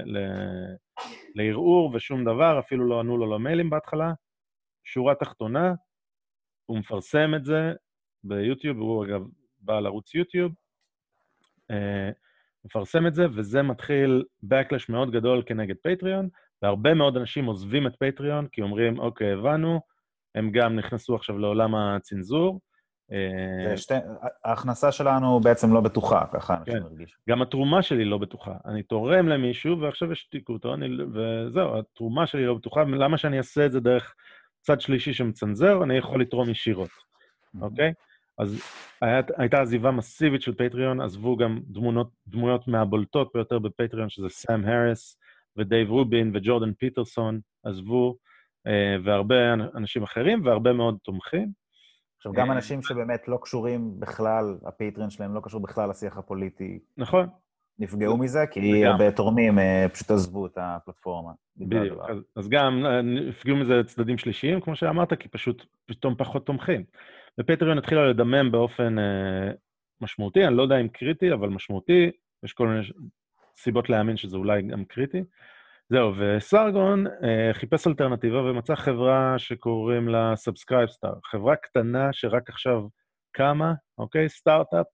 לערעור ושום דבר, אפילו לא ענו לו למיילים בהתחלה. שורה תחתונה, הוא מפרסם את זה ביוטיוב, הוא אגב בעל ערוץ יוטיוב, מפרסם את זה, וזה מתחיל backlash מאוד גדול כנגד פטריון, והרבה מאוד אנשים עוזבים את פטריון, כי אומרים, אוקיי, הבנו, הם גם נכנסו עכשיו לעולם הצנזור. ההכנסה שלנו בעצם לא בטוחה, ככה אנשים מרגיש. גם התרומה שלי לא בטוחה. אני תורם למישהו, ועכשיו השתיקו אותו, וזהו, התרומה שלי לא בטוחה, למה שאני אעשה את זה דרך צד שלישי שמצנזר, אני יכול לתרום ישירות, אוקיי? אז הייתה עזיבה מסיבית של פטריון, עזבו גם דמויות מהבולטות ביותר בפטריון, שזה סאם הריס, ודייב רובין, וג'ורדן פיטרסון, עזבו, והרבה אנשים אחרים, והרבה מאוד תומכים. עכשיו, גם אנשים שבאמת לא קשורים בכלל, הפטריון שלהם לא קשור בכלל לשיח הפוליטי. נכון. נפגעו מזה, כי הרבה תורמים פשוט עזבו את הפלטפורמה. בדיוק. אז גם נפגעו מזה צדדים שלישיים, כמו שאמרת, כי פתאום פחות תומכים. ופטריון התחילה לדמם באופן משמעותי, אני לא יודע אם קריטי, אבל משמעותי, יש כל מיני סיבות להאמין שזה אולי גם קריטי. זהו, וסרגון חיפש אלטרנטיבה ומצא חברה שקוראים לה Subscribestar, חברה קטנה שרק עכשיו קמה, אוקיי? סטארט-אפ,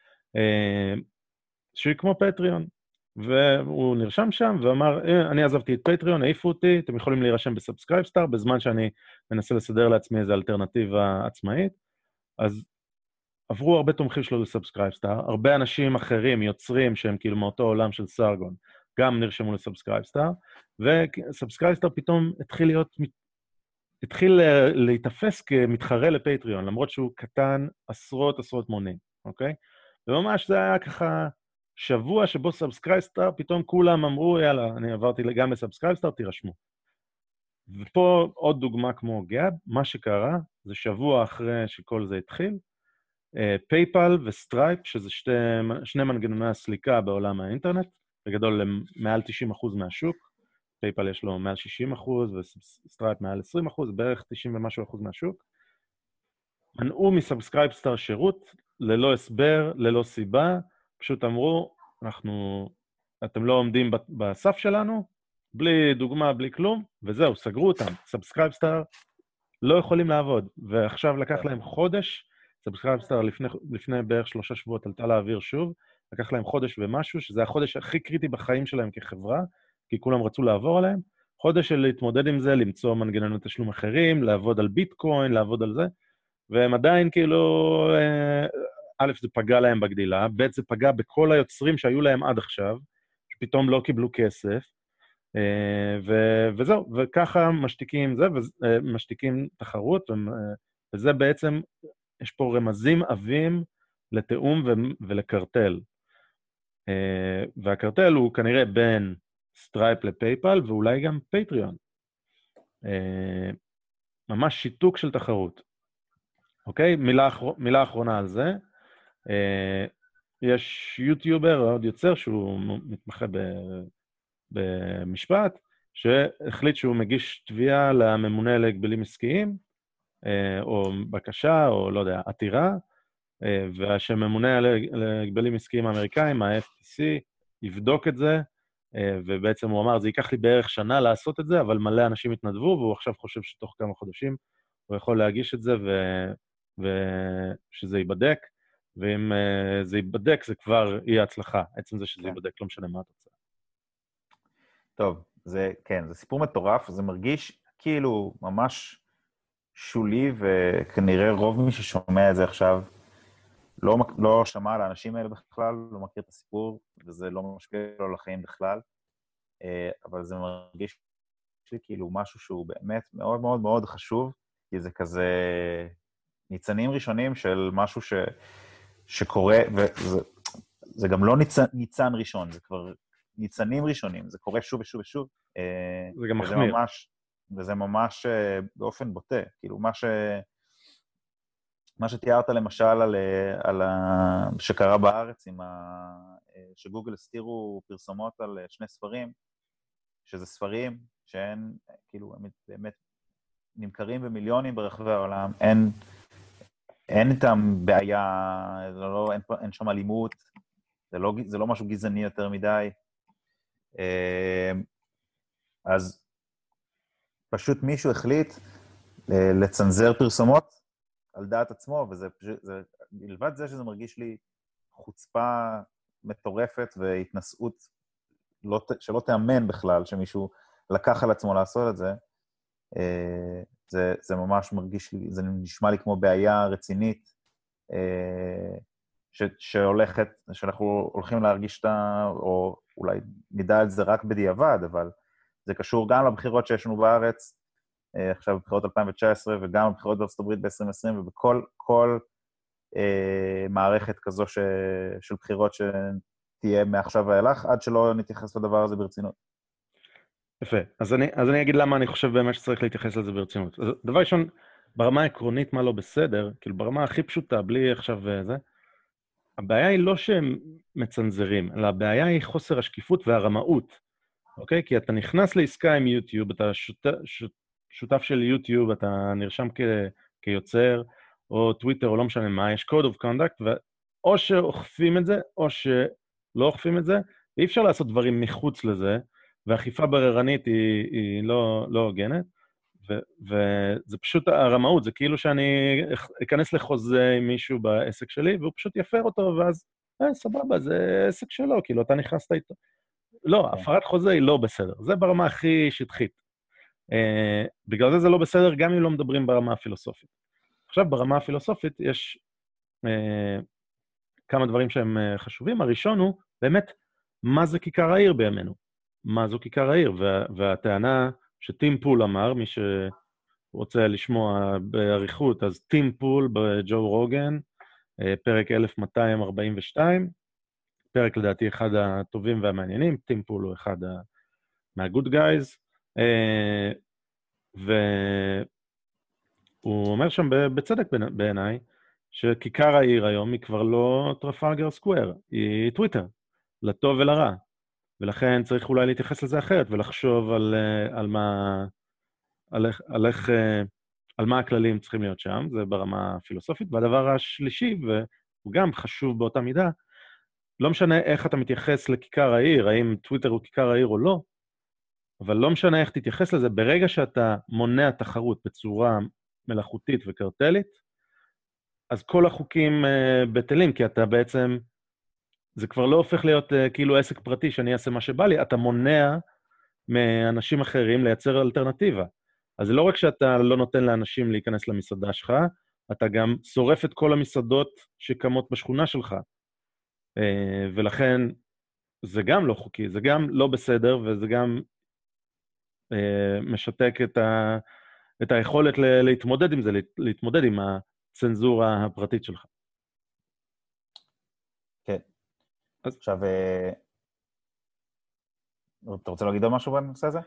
שהיא כמו פטריון. והוא נרשם שם ואמר, אני עזבתי את פטריון, העיפו אותי, אתם יכולים להירשם בסאבסקרייבסטאר, בזמן שאני מנסה לסדר לעצמי איזו אלטרנטיבה עצמאית. אז עברו הרבה תומכים שלו לסאבסקרייבסטאר, הרבה אנשים אחרים, יוצרים שהם כאילו מאותו עולם של סרגון, גם נרשמו לסאבסקרייבסטאר, וסאבסקרייבסטאר פתאום התחיל להתאפס כמתחרה לפטריון, למרות שהוא קטן עשרות מונים, אוקיי? וממש זה היה ככה שבוע שבו סאבסקרייבסטאר, פתאום כולם אמרו, יאללה, אני עברתי גם לסאבסקרייבסטאר, תירשמו. ופה עוד דוגמה כמו גאב, מה שקרה, זה שבוע אחרי שכל זה התחיל, פייפל וסטרייפ, שזה שני מנגנוני הסליקה בעולם האינטרנט, בגדול למעל 90% מהשוק, פייפל יש לו מעל 60% וסטרייפ מעל 20%, בערך 90 ומשהו אחוז מהשוק, מנעו מסאבסקרייבסטאר שירות, ללא הסבר, ללא סיבה, פשוט אמרו, אתם לא עומדים בסף שלנו, בלי דוגמה, בלי כלום, וזהו, סגרו אותם. סאבסקרייבסטאר לא יכולים לעבוד, ועכשיו לקח להם חודש, סאבסקרייבסטאר לפני בערך 3 שבועות עלתה לאוויר שוב, לקח להם חודש ומשהו, שזה החודש הכי קריטי בחיים שלהם כחברה, כי כולם רצו לעבור עליהם, חודש של להתמודד עם זה, למצוא מנגנוני תשלום אחרים, לעבוד על ביטקוין, לעבוד על זה, והם עדיין כאילו, א', זה פגע להם בגדילה, ב', זה פגע בכל היוצרים שהיו להם עד עכשיו, שפתאום לא קיבלו כסף, וזהו, וככה משתיקים זה, משתיקים תחרות, וזה בעצם, יש פה רמזים עבים לתאום ולקרטל. והקרטל הוא כנראה בין סטרייפ לפייפל, ואולי גם פטריון. ממש שיתוק של תחרות. אוקיי? מילה אחרונה על זה. יש יוטיובר, עוד יוצר, שהוא מתמחה במשפט, שהחליט שהוא מגיש תביעה לממונה להגבלים עסקיים, או בקשה, או לא יודע, עתירה, ושממונה להגבלים עסקיים האמריקאים, ה-FTC, יבדוק את זה, ובעצם הוא אמר, זה ייקח לי בערך שנה לעשות את זה, אבל מלא אנשים התנדבו, והוא עכשיו חושב שתוך כמה חודשים הוא יכול להגיש את זה, ושזה ייבדק, ואם זה ייבדק, זה כבר יהיה הצלחה. עצם זה שזה ייבדק, לא משנה מה התוצאה. טוב, כן, זה סיפור מטורף, זה מרגיש כאילו ממש שולי, וכנראה רוב מי ששומע את זה עכשיו, לא שמע על האנשים האלה בכלל, לא מכיר את הסיפור, וזה לא משפיע לו לחיים בכלל, אבל זה מרגיש לי כאילו משהו שהוא באמת מאוד מאוד מאוד חשוב, כי זה כזה ניצנים ראשונים של משהו שקורה, וזה גם לא ניצן ראשון, זה כבר ניצנים ראשונים, זה קורה שוב ושוב ושוב. זה גם מחמיר. וזה ממש באופן בוטה, כאילו מה שתיארת למשל על שקרה בארץ, שגוגל הסתירו פרסומות על שני ספרים, שזה ספרים שהן, כאילו, הם באמת נמכרים במיליונים ברחבי העולם, אין איתם בעיה, אין שם אלימות, זה לא משהו גזעני יותר מדי, אז פשוט מישהו החליט לצנזר פרסומות על דעת עצמו, וזה פשוט, בלבד זה שזה מרגיש לי חוצפה מטורפת והתנסות שלא תאמן בכלל, שמישהו לקח על עצמו לעשות את זה, זה ממש מרגיש לי, זה נשמע לי כמו בעיה רצינית, שאנחנו הולכים להרגיש או אולי נדע על זה רק בדיעבד, אבל זה קשור גם לבחירות שיש לנו בארץ, עכשיו בבחירות 2019, וגם בבחירות בארצות הברית ב-2020, ובכל מערכת כזו של בחירות שתהיה מעכשיו ואילך, עד שלא נתייחס לדבר הזה ברצינות. יפה. אז אני אגיד למה אני חושב באמת שצריך להתייחס לזה ברצינות. דבר ראשון, ברמה העקרונית מה לא בסדר, כאילו ברמה הכי פשוטה, בלי עכשיו זה, הבעיה היא לא שהם מצנזרים, אלא הבעיה היא חוסר השקיפות והרמאות, אוקיי? כי אתה נכנס לעסקה עם יוטיוב, אתה שותף של יוטיוב, אתה נרשם כיוצר, או טוויטר, או לא משנה מה, יש code of conduct, או שאוכפים את זה, או שלא אוכפים את זה, ואי אפשר לעשות דברים מחוץ לזה, והאכיפה בררנית היא לא הוגנת, וזה פשוט הרמאות, זה כאילו שאני אכנס לחוזה עם מישהו בעסק שלי, והוא פשוט יפר אותו, ואז, סבבה, זה עסק שלו, כאילו אתה נכנסת איתו. לא, הפרת חוזה היא לא בסדר, זה ברמה הכי שטחית. בגלל זה לא בסדר, גם אם לא מדברים ברמה הפילוסופית. עכשיו, ברמה הפילוסופית יש כמה דברים שהם חשובים. הראשון הוא, באמת, מה זה כיכר העיר בימינו? מה זו כיכר העיר? והטענה שטים פול אמר, מי שרוצה לשמוע בעריכות, אז טים פול בג'ו רוגן, פרק 1242, פרק לדעתי אחד הטובים והמעניינים, טים פול הוא אחד מהגוד גייז, והוא אומר שם בצדק בעיניי, שכיכר העיר היום היא כבר לא טרפלגר סקוואר, היא טוויטר, לטוב ולרע. ולכן צריך אולי להתייחס לזה אחרת, ולחשוב על מה הכללים צריכים להיות שם, זה ברמה הפילוסופית. והדבר השלישי, והוא גם חשוב באותה מידה, לא משנה איך אתה מתייחס לכיכר העיר, האם טוויטר הוא כיכר העיר או לא, אבל לא משנה איך תתייחס לזה, ברגע שאתה מונע תחרות בצורה מלאכותית וקרטלית, אז כל החוקים בטלים, כי אתה בעצם, זה כבר לא הופך להיות כאילו עסק פרטי שאני אעשה מה שבא לי, אתה מונע מאנשים אחרים לייצר אלטרנטיבה. אז זה לא רק שאתה לא נותן לאנשים להיכנס למסעדה שלך, אתה גם שורף את כל המסעדות שקמות בשכונה שלך. ולכן זה גם לא חוקי, זה גם לא בסדר, וזה גם משתק את היכולת להתמודד עם זה, להתמודד עם הצנזורה הפרטית שלך. כן. עכשיו, אתה רוצה להגיד עוד משהו בנושא הזה?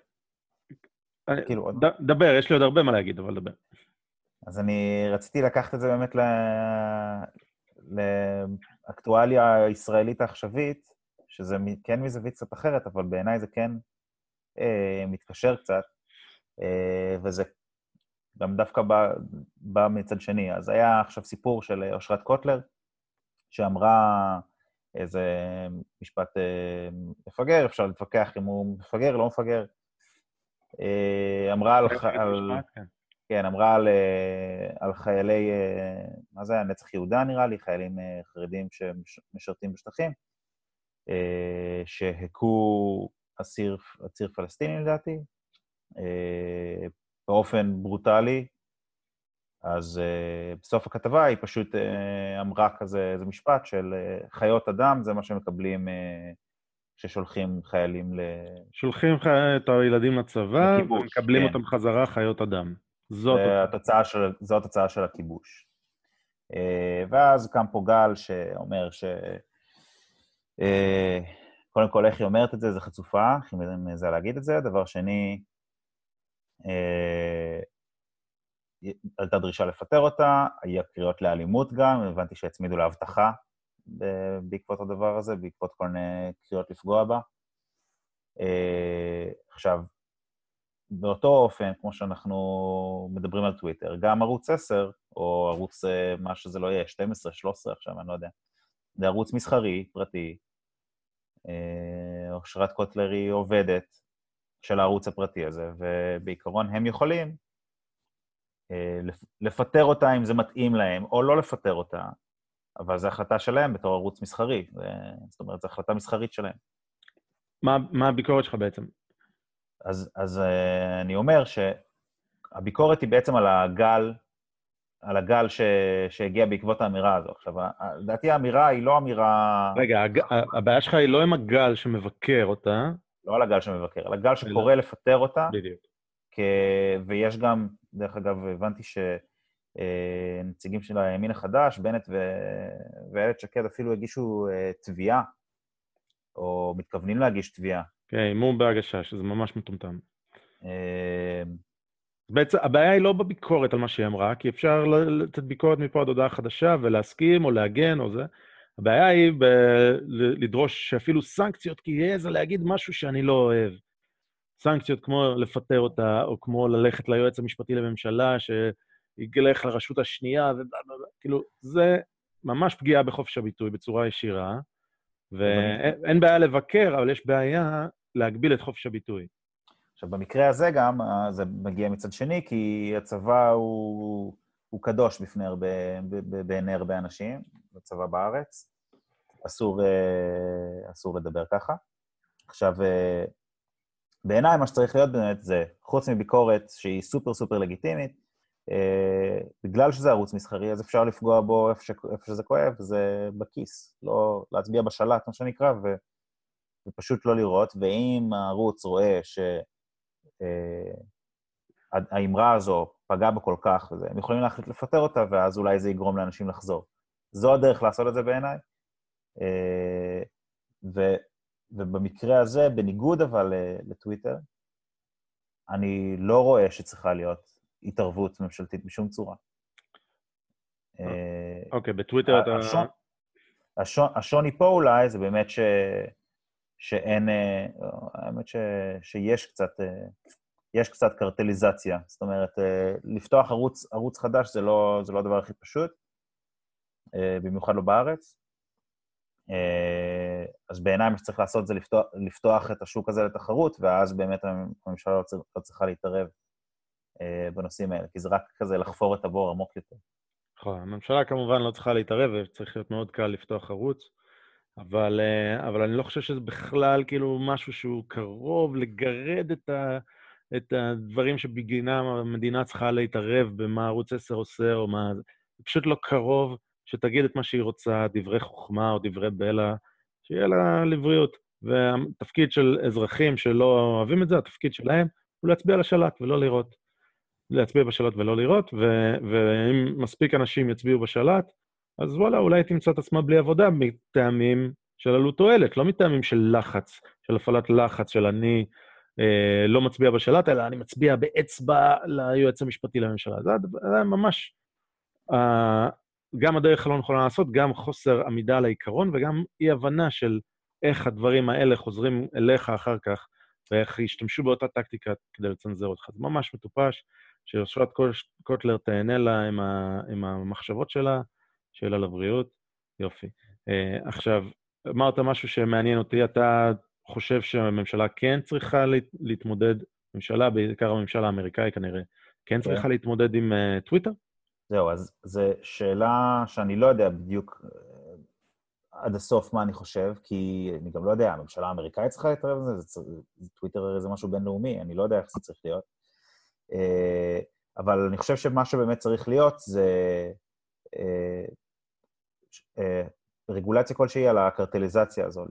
דבר, יש לי עוד הרבה מה להגיד, אבל דבר. אז אני רציתי לקחת את זה באמת לאקטואליה הישראלית העכשווית, שזה כן מזווית קצת אחרת, אבל בעיניי זה כן מתקשר קצת, וזה גם דווקא בא מצד שני. אז היה עכשיו סיפור של אושרת קוטלר, שאמרה איזה משפט מפגר, אפשר להתווכח אם הוא מפגר, לא מפגר, אמרה אמרה על חיילי, מה זה היה? נצח יהודה נראה לי, חיילים חרדים שמשרתים בשטחים, שהכו אסיר פלסטיני לדעתי, באופן ברוטלי. אז בסוף הכתבה היא פשוט אמרה כזה, איזה משפט של חיות אדם, זה מה שמקבלים כששולחים חיילים שולחים את הילדים לצבא, ומקבלים אותם חזרה חיות אדם. זאת התוצאה של הכיבוש. ואז קם פה גל שאומר קודם כל, איך היא אומרת את זה? זה חצופה, איך היא מזה להגיד את זה. דבר שני, עלתה דרישה לפטר אותה, היה קריאות לאלימות גם, הבנתי שהצמידו להבטחה בעקבות הדבר הזה, בעקבות כל מיני קריאות לפגוע בה. עכשיו, באותו אופן, כמו שאנחנו מדברים על טוויטר, גם ערוץ 10, או ערוץ מה שזה לא יהיה, 12, 13 עכשיו, אני לא יודע, זה ערוץ מסחרי, פרטי, אושרת קוטלר היא עובדת של הערוץ הפרטי הזה, ובעיקרון הם יכולים לפטר אותה אם זה מתאים להם, או לא לפטר אותה, אבל זו החלטה שלהם בתור ערוץ מסחרי, זאת אומרת, זו החלטה מסחרית שלהם. מה הביקורת שלך בעצם? אז אני אומר שהביקורת היא בעצם על הגל שהגיע בעקבות האמירה הזו. עכשיו, לדעתי האמירה היא לא אמירה... רגע, הבעיה שלך היא לא עם הגל שמבקר אותה. לא על הגל שמבקר, על הגל שקורא לפטר אותה. בדיוק. ויש גם, דרך אגב, הבנתי שנציגים של הימין החדש, בנט ואיילת שקד אפילו הגישו תביעה, או מתכוונים להגיש תביעה. כן, אימו בהגשה, שזה ממש מטומטם. בעצם, הבעיה היא לא בביקורת על מה שהיא אמרה, כי אפשר לתת ביקורת מפה עד הודעה חדשה, ולהסכים או להגן או זה. הבעיה היא לדרוש שאפילו סנקציות, כי יהיה איזה להגיד משהו שאני לא אוהב. סנקציות כמו לפטר אותה, או כמו ללכת ליועץ המשפטי לממשלה, שיגלך לרשות השנייה, כאילו, זה ממש פגיעה בחופש הביטוי בצורה ישירה, ואין בעיה לבקר, אבל יש בעיה להגביל את חופש הביטוי. עכשיו, במקרה הזה גם, זה מגיע מצד שני, כי הצבא הוא קדוש בעיני הרבה אנשים, הצבא בארץ, אסור לדבר ככה. עכשיו, בעיניי מה שצריך להיות באמת זה, חוץ מביקורת שהיא סופר סופר לגיטימית, בגלל שזה ערוץ מסחרי, אז אפשר לפגוע בו איפה שזה כואב, זה בכיס, לא להצביע בשלט, מה שנקרא, ופשוט לא לראות, ואם הערוץ רואה שהאמרה הזו פגעה בו כל כך, הם יכולים להחליט לפטר אותה, ואז אולי זה יגרום לאנשים לחזור. זו הדרך לעשות את זה בעיניי, ובמקרה הזה, בניגוד אבל לטוויטר, אני לא רואה שצריכה להיות התערבות ממשלתית בשום צורה. אוקיי, בטוויטר אתה... השוני פה אולי זה באמת שאין, האמת שיש קצת קרטליזציה, זאת אומרת, לפתוח ערוץ חדש זה לא הדבר הכי פשוט, במיוחד לא בארץ, אז בעיניי מה שצריך לעשות זה לפתוח את השוק הזה לתחרות, ואז באמת הממשלה לא צריכה להתערב בנושאים האלה, כי זה רק כזה לחפור את הבור עמוק יותר. נכון, הממשלה כמובן לא צריכה להתערב, וצריך להיות מאוד קל לפתוח ערוץ, אבל אני לא חושב שזה בכלל כאילו משהו שהוא קרוב לגרד את הדברים שבגינם המדינה צריכה להתערב במה ערוץ 10 עושה, או מה... פשוט לא קרוב, שתגיד את מה שהיא רוצה, דברי חוכמה או דברי בלע, שיהיה לה לבריאות. והתפקיד של אזרחים שלא אוהבים את זה, התפקיד שלהם, הוא להצביע לשלט ולא לראות. להצביע בשלט ולא לראות, ואם מספיק אנשים יצביעו בשלט, אז וואלה, אולי תמצא את עצמה בלי עבודה, מטעמים של עלות תועלת, לא מטעמים של לחץ, של הפעלת לחץ, של אני לא מצביע בשלט, אלא אני מצביע באצבע ליועץ המשפטי לממשלה. זה ממש, גם הדרך הלא נכונה לעשות, גם חוסר עמידה על העיקרון, וגם אי-הבנה של איך הדברים האלה חוזרים אליך אחר כך, ואיך ישתמשו באותה טקטיקה כדי לצנזר אותך. זה ממש מטופש, שאושרת קוטלר תהנה לה עם המחשבות שלה, שאלה לבריאות, יופי. עכשיו, אמרת משהו שמעניין אותי, אתה חושב שהממשלה כן צריכה להתמודד, ממשלה, בעיקר הממשלה האמריקאי כנראה, כן צריכה להתמודד עם טוויטר? זהו, אז זו שאלה שאני לא יודע בדיוק עד הסוף מה אני חושב, כי אני גם לא יודע, הממשלה האמריקאית צריכה להתערב בזה, טוויטר זה משהו בינלאומי, אני לא יודע איך זה צריך להיות. אבל אני חושב שמה שבאמת צריך להיות זה רגולציה כלשהי על הקרטליזציה הזו,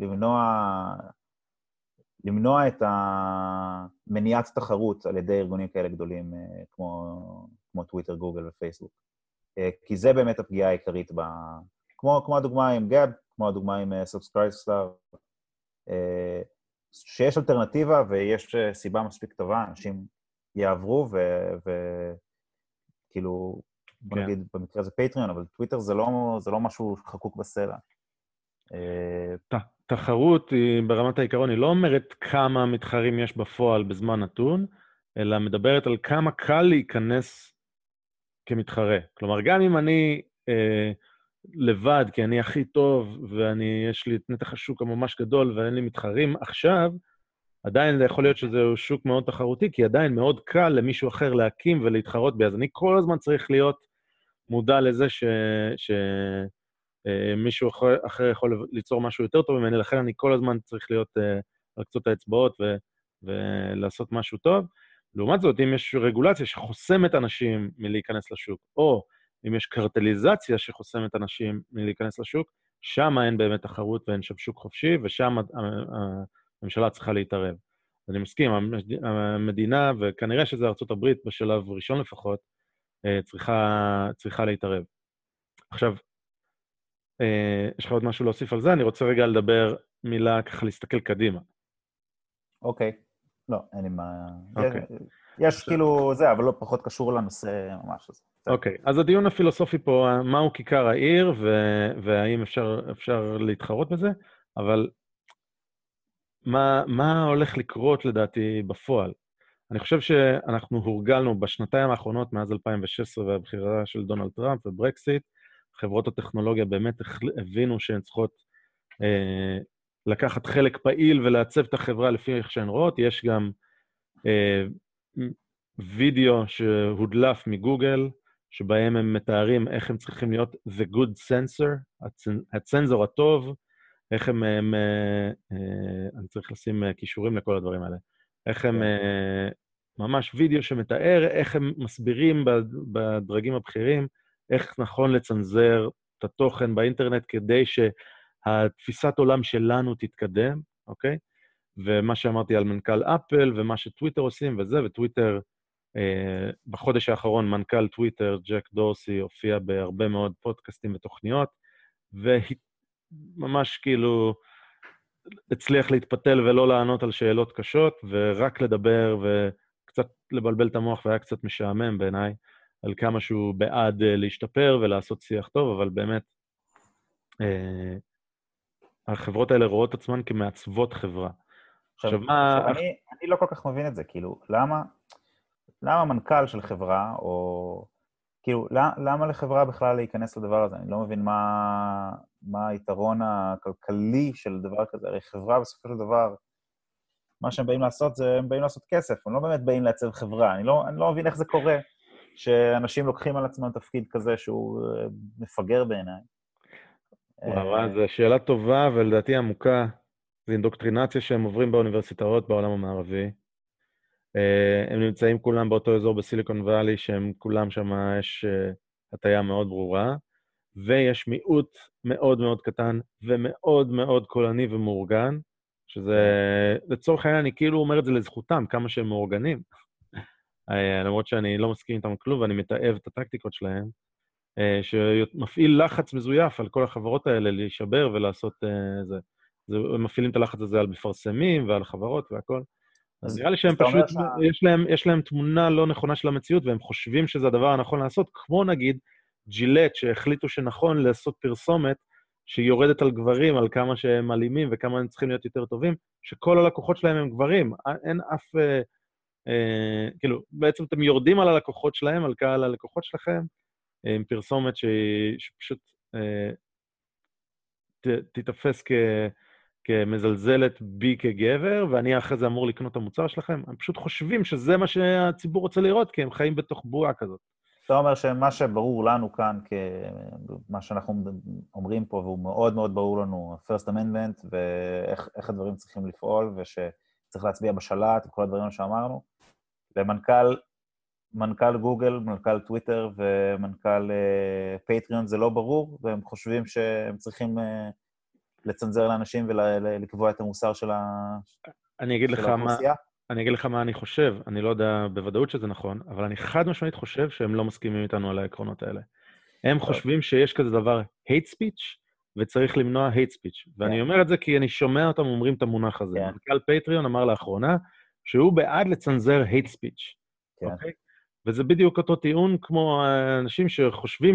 למנוע את מניעת תחרות על ידי ארגונים כאלה גדולים כמו טוויטר, גוגל ופייסבוק. כי זה באמת הפגיעה העיקרית כמו הדוגמה עם גאב, כמו הדוגמה עם Subscribestar, שיש אלטרנטיבה ויש סיבה מספיק טובה, אנשים יעברו וכאילו, בוא נגיד במקרה זה פטריון, אבל טוויטר זה לא משהו חקוק בסלע. תחרות היא ברמת העיקרון, היא לא אומרת כמה מתחרים יש בפועל בזמן נתון, אלא מדברת על כמה קל להיכנס כמתחרה. כלומר, גם אם אני לבד, כי אני הכי טוב, יש לי את נתח השוק הממש גדול, ואין לי מתחרים עכשיו, עדיין זה יכול להיות שזהו שוק מאוד תחרותי, כי עדיין מאוד קל למישהו אחר להקים ולהתחרות בי. אז אני כל הזמן צריך להיות מודע לזה שמישהו אחר יכול ליצור משהו יותר טוב ממני, לכן אני כל הזמן צריך להיות על קצות האצבעות ולעשות משהו טוב. לעומת זאת, אם יש רגולציה שחוסמת אנשים מלהיכנס לשוק, או אם יש קרטליזציה שחוסמת אנשים מלהיכנס לשוק, שם אין באמת תחרות ואין שם שוק חופשי, ושם הממשלה צריכה להתערב. אני מסכים, המדינה, וכנראה שזה ארצות הברית בשלב ראשון לפחות, צריכה להתערב. עכשיו, יש לך עוד משהו להוסיף על זה? אני רוצה רגע לדבר מילה ככה להסתכל קדימה. אוקיי. לא, אין לי מה... יש כאילו זה, אבל לא פחות קשור לנושא ממש הזה. אוקיי, אז הדיון הפילוסופי פה, מהו כיכר העיר, והאם אפשר להתחרות בזה, אבל מה הולך לקרות לדעתי בפועל? אני חושב שאנחנו הורגלנו בשנתיים האחרונות, מאז 2016 והבחירה של דונלד טראמפ וברקסיט, חברות הטכנולוגיה באמת הבינו שהן צריכות לקחת חלק פעיל ולעצב את החברה לפי איך שהן רואות. יש גם וידאו שהודלף מגוגל, שבהם הם מתארים איך הם צריכים להיות the good sensor, הצנזור הטוב, איך אני צריך לשים קישורים לכל הדברים האלה, איך הם, ממש וידאו שמתאר איך הם מסבירים בדרגים הבכירים, איך נכון לצנזר את התוכן באינטרנט כדי שהתפיסת עולם שלנו תתקדם, אוקיי? ומה שאמרתי על מנכ"ל אפל ומה שטוויטר עושים וזה, וטוויטר, בחודש האחרון מנכ"ל טוויטר, ג'ק דורסי, הופיע בהרבה מאוד פודקאסטים ותוכניות, וממש כאילו הצליח להתפתל ולא לענות על שאלות קשות, ורק לדבר וקצת לבלבל את המוח, והיה קצת משעמם בעיניי, על כמה שהוא בעד להשתפר ולעשות שיח טוב, אבל באמת, החברות האלה רואות עצמן כמעצבות חברה. עכשיו, אני לא כל כך מבין את זה, כאילו, למה מנכ"ל של חברה, או כאילו, למה לחברה בכלל להיכנס לדבר הזה? אני לא מבין מה היתרון הכלכלי של דבר כזה. הרי חברה בסופו של דבר, מה שהם באים לעשות זה, הם באים לעשות כסף, הם לא באמת באים לעצב חברה. אני לא מבין איך זה קורה, שאנשים לוקחים על עצמם תפקיד כזה שהוא מפגר בעיניי. וואו, זו שאלה טובה ולדעתי עמוקה. זו אינדוקטרינציה שהם עוברים באוניברסיטאות בעולם המערבי. הם נמצאים כולם באותו אזור בסיליקון ואלי, שהם כולם שם, יש הטיה מאוד ברורה, ויש מיעוט מאוד מאוד קטן ומאוד מאוד קולני ומאורגן, שזה, לצורך העניין, אני כאילו אומר את זה לזכותם, כמה שהם מאורגנים, למרות שאני לא מסכים איתם כלום, ואני מתאהב את הטקטיקות שלהם, שמפעיל לחץ מזויף על כל החברות האלה להישבר ולעשות זה. הם מפעילים את הלחץ הזה על מפרסמים ועל חברות והכל. אז נראה לי שהם פשוט, יש להם תמונה לא נכונה של המציאות, והם חושבים שזה הדבר הנכון לעשות, כמו נגיד ג'ילט, שהחליטו שנכון לעשות פרסומת, שיורדת על גברים, על כמה שהם אלימים וכמה הם צריכים להיות יותר טובים, שכל הלקוחות שלהם הם גברים. אין אף, כאילו, בעצם אתם יורדים על הלקוחות שלהם, על קהל הלקוחות שלכם, עם פרסומת שפשוט תתפס כמזלזלת בי כגבר, ואני אחרי זה אמור לקנות את המוצר שלכם. הם פשוט חושבים שזה מה שהציבור רוצה לראות, כי הם חיים בתוך בועה כזאת. אתה אומר שמה שברור לנו כאן, מה שאנחנו אומרים פה, והוא מאוד מאוד ברור לנו, ה-First Amendment, ואיך הדברים צריכים לפעול, ושצריך להצביע בשלט, וכל הדברים שאמרנו, למנכ"ל גוגל, מנכ"ל טוויטר ומנכ"ל פטריון זה לא ברור, והם חושבים שהם צריכים לצנזר לאנשים ולקבוע את המוסר של האוכלוסייה. אני אגיד לך מה אני חושב, אני לא יודע בוודאות שזה נכון, אבל אני חד משמעית חושב שהם לא מסכימים איתנו על העקרונות האלה. הם חושבים שיש כזה דבר hate speech, וצריך למנוע hate speech. ואני אומר את זה כי אני שומע אותם אומרים את המונח הזה. מנכ"ל פטריון אמר לאחרונה שהוא בעד לצנזר hate speech. אוקיי? וזה בדיוק אותו טיעון כמו אנשים שחושבים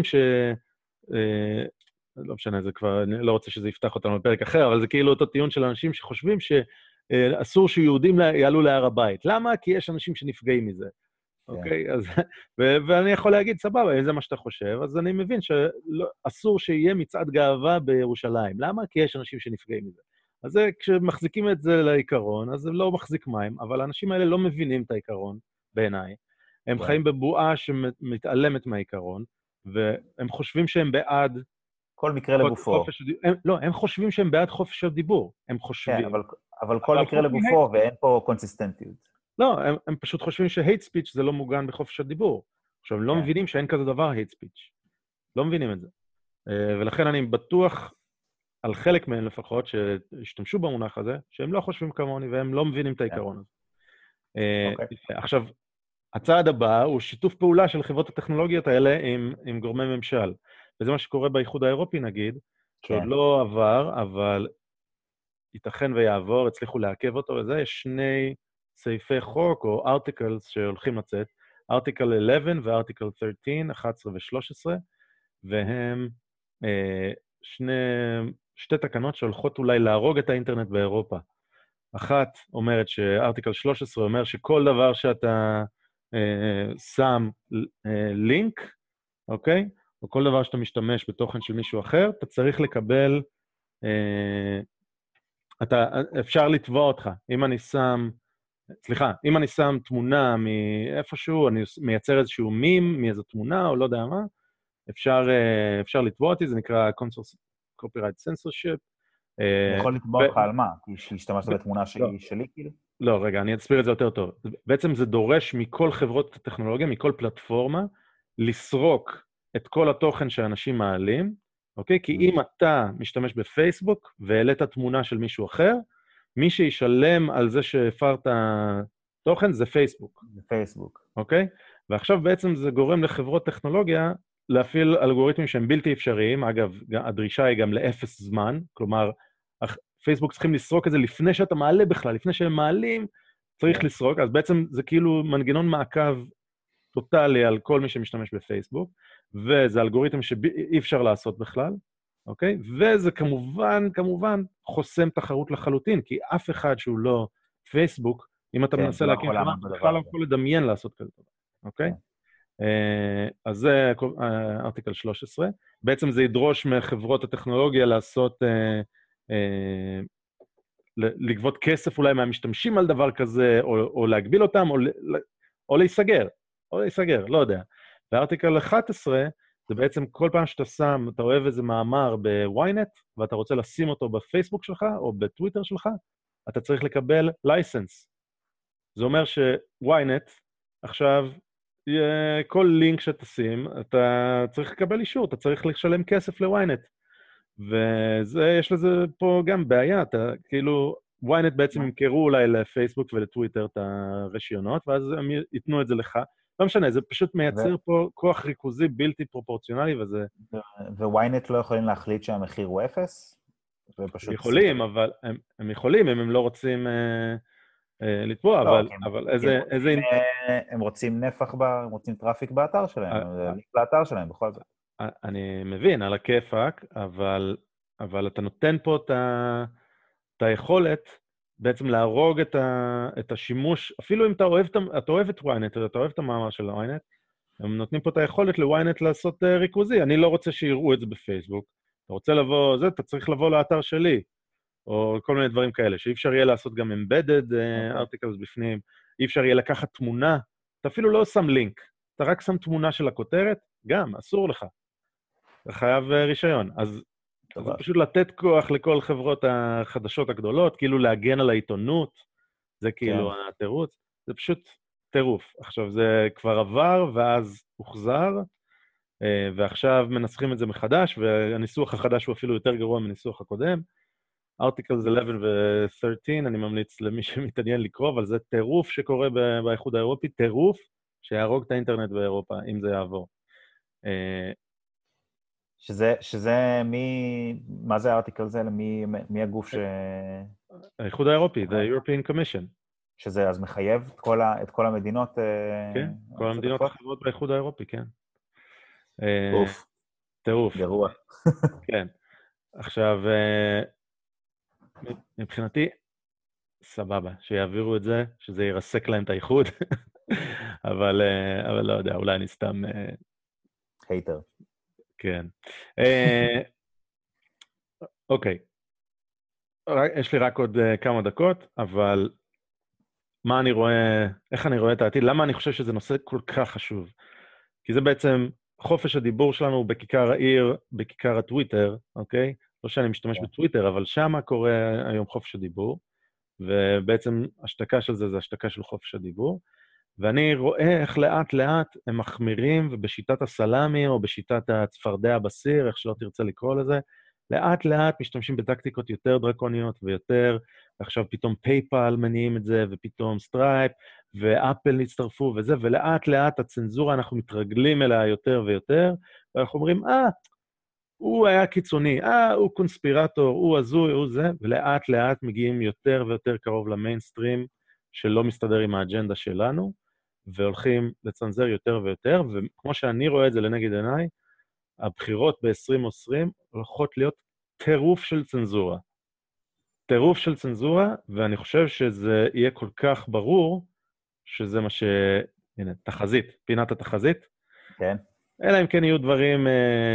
לא משנה, זה כבר, אני לא רוצה שזה יפתח אותנו בפרק אחר, אבל זה כאילו אותו טיעון של אנשים שחושבים שאסור שיהודים יעלו להר הבית. למה? כי יש אנשים שנפגעים מזה. אוקיי? אז, ואני יכול להגיד, סבבה, אם זה מה שאתה חושב, אז אני מבין שאסור שיהיה מצעד גאווה בירושלים. למה? כי יש אנשים שנפגעים מזה. אז זה, כשמחזיקים את זה לעיקרון, אז זה לא מחזיק מים, אבל האנשים האלה לא מבינים את העיקרון, בעיניי. הם חיים בבועה שמתעלמת מהעיקרון, והם חושבים שהם בעד... כל מקרה לגופו. לא, הם חושבים שהם בעד חופש הדיבור. הם חושבים. כן, אבל כל מקרה לגופו, ואין פה קונסיסטנטיות. לא, הם פשוט חושבים ש-hate speech זה לא מוגן בחופש הדיבור. עכשיו, הם לא מבינים שאין כזה דבר hate speech. לא מבינים את זה. ולכן אני בטוח, על חלק מהם לפחות, שהשתמשו במונח הזה, שהם לא חושבים כמוני, והם לא מבינים את העיקרון הזה. עכשיו, הצעד הבא הוא שיתוף פעולה של חברות הטכנולוגיות האלה עם גורמי ממשל. וזה מה שקורה באיחוד האירופי, נגיד, שעוד לא עבר, אבל ייתכן ויעבור, הצליחו לעכב אותו, וזה יש שני סעיפי חוק או ארטיקלס שהולכים לצאת, ארטיקל 11 וארטיקל 13, 11 ו-13, והם שתי תקנות שהולכות אולי להרוג את האינטרנט באירופה. אחת אומרת שארטיקל 13 אומר שכל דבר שאתה שם לינק, אוקיי? או כל דבר שאתה משתמש בתוכן של מישהו אחר, אתה צריך לקבל, אפשר לתבוע אותך. אם אני שם תמונה מאיפשהו, אני מייצר איזשהו מים מאיזו תמונה, או לא יודע מה, אפשר לתבוע אותי, זה נקרא copyright censorship. אני יכול לתבוע אותך על מה? כי השתמשת בתמונה שלי, כאילו? לא, רגע, אני אסביר את זה יותר טוב. בעצם זה דורש מכל חברות הטכנולוגיה, מכל פלטפורמה, לסרוק את כל התוכן שאנשים מעלים, אוקיי? כי אם אתה משתמש בפייסבוק והעלית תמונה של מישהו אחר, מי שישלם על זה שהפרת תוכן זה פייסבוק. זה פייסבוק. אוקיי? ועכשיו בעצם זה גורם לחברות טכנולוגיה להפעיל אלגוריתמים שהם בלתי אפשריים. אגב, הדרישה היא גם לאפס זמן, כלומר, פייסבוק צריכים לסרוק את זה לפני שאתה מעלה בכלל, לפני שהם מעלים, צריך לסרוק, אז בעצם זה כאילו מנגנון מעקב טוטלי על כל מי שמשתמש בפייסבוק, וזה אלגוריתם שאי אפשר לעשות בכלל, אוקיי? וזה כמובן, חוסם תחרות לחלוטין, כי אף אחד שהוא לא פייסבוק, אם אתה מנסה להקים חברה, בכלל לא יכול לדמיין לעשות כזה דבר, אוקיי? אז זה ארטיקל 13. בעצם זה ידרוש מחברות הטכנולוגיה לעשות, לגבות כסף אולי מהמשתמשים על דבר כזה, או להגביל אותם, או להיסגר, לא יודע. בארטיקל 11, זה בעצם כל פעם שאתה שם, אתה אוהב איזה מאמר בוויינט, ואתה רוצה לשים אותו בפייסבוק שלך, או בטוויטר שלך, אתה צריך לקבל לייסנס. זה אומר שוויינט עכשיו כל לינק שתשים, אתה צריך לקבל אישור, אתה צריך לשלם כסף לוויינט. ויש לזה פה גם בעיה, אתה כאילו, וויינט בעצם ימכרו אולי לפייסבוק ולטוויטר את הרשיונות, ואז הם ייתנו את זה לך. לא משנה, זה פשוט מייצר פה כוח ריכוזי בלתי פרופורציונלי, וזה... וויינט לא יכולים להחליט שהמחיר הוא אפס? הם יכולים, אבל הם יכולים, אם הם לא רוצים לתבוע, אבל איזה... הם רוצים נפח, הם רוצים טראפיק באתר שלהם, לאתר שלהם בכל זאת. אני מבין, על הכיפק, אבל אתה נותן פה את היכולת בעצם להרוג את השימוש, אפילו אם אתה אוהב את וויינט, אתה אוהב את המאמר של וויינט, הם נותנים פה את היכולת לוויינט לעשות ריכוזי. אני לא רוצה שיראו את זה בפייסבוק. אתה רוצה לבוא, אתה צריך לבוא לאתר שלי, או כל מיני דברים כאלה, שאי אפשר יהיה לעשות גם embedded articles בפנים, אי אפשר יהיה לקחת תמונה, אתה אפילו לא שם לינק, אתה רק שם תמונה של הכותרת, גם, אסור לך. אתה חייב רישיון. אז זה פשוט לתת כוח לכל חברות החדשות הגדולות, כאילו להגן על העיתונות, זה כאילו התירוץ, זה פשוט טירוף. עכשיו, זה כבר עבר, ואז הוחזר, ועכשיו מנסחים את זה מחדש, והניסוח החדש הוא אפילו יותר גרוע מניסוח הקודם. Articles 11 ו-13, אני ממליץ למי שמתעניין לקרוא, אבל זה טירוף שקורה באיחוד האירופי, טירוף שיהרוג את האינטרנט באירופה, אם זה יעבור. שזה מה זה הארטיקל זה? מי הגוף האיחוד האירופי, the European Commission. שזה אז מחייב את כל המדינות? כן, כל המדינות האחרות באיחוד האירופי, כן. טירוף. גרוע. כן. עכשיו, מבחינתי, סבבה, שיעבירו את זה, שזה ירסק להם את האיחוד, אבל לא יודע, אולי אני סתם... הייטר. כן. אוקיי. יש לי רק עוד כמה דקות, אבל מה אני רואה, איך אני רואה את העתיד, למה אני חושב שזה נושא כל כך חשוב? כי זה בעצם חופש הדיבור שלנו בכיכר העיר, בכיכר הטוויטר, אוקיי? לא שאני משתמש בטוויטר, אבל שמה קורה היום חופש הדיבור, ובעצם השתקה של זה השתקה של חופש הדיבור, ואני רואה איך לאט לאט הם מחמירים, ובשיטת הסלאמי או בשיטת הצפרדע בסיר, איך שלא תרצה לקרוא לזה, לאט לאט משתמשים בטקטיקות יותר דרקוניות ויותר, ועכשיו פתאום פייפל מניעים את זה, ופתאום סטרייפ, ואפל נצטרפו וזה, ולאט לאט הצנזורה אנחנו מתרגלים אליה יותר ויותר, ואנחנו אומרים, הוא היה קיצוני, הוא קונספירטור, הוא הזוי, הוא זה, ולאט לאט מגיעים יותר ויותר קרוב למיינסטרים, שלא מסתדר עם האג'נדה שלנו, והולכים לצנזר יותר ויותר, וכמו שאני רואה את זה לנגד עיניי, הבחירות ב-2020 הולכות להיות טירוף של צנזורה. טירוף של צנזורה, ואני חושב שזה יהיה כל כך ברור, שזה מה הנה, תחזית, פינת התחזית. כן. אלא אם כן יהיו דברים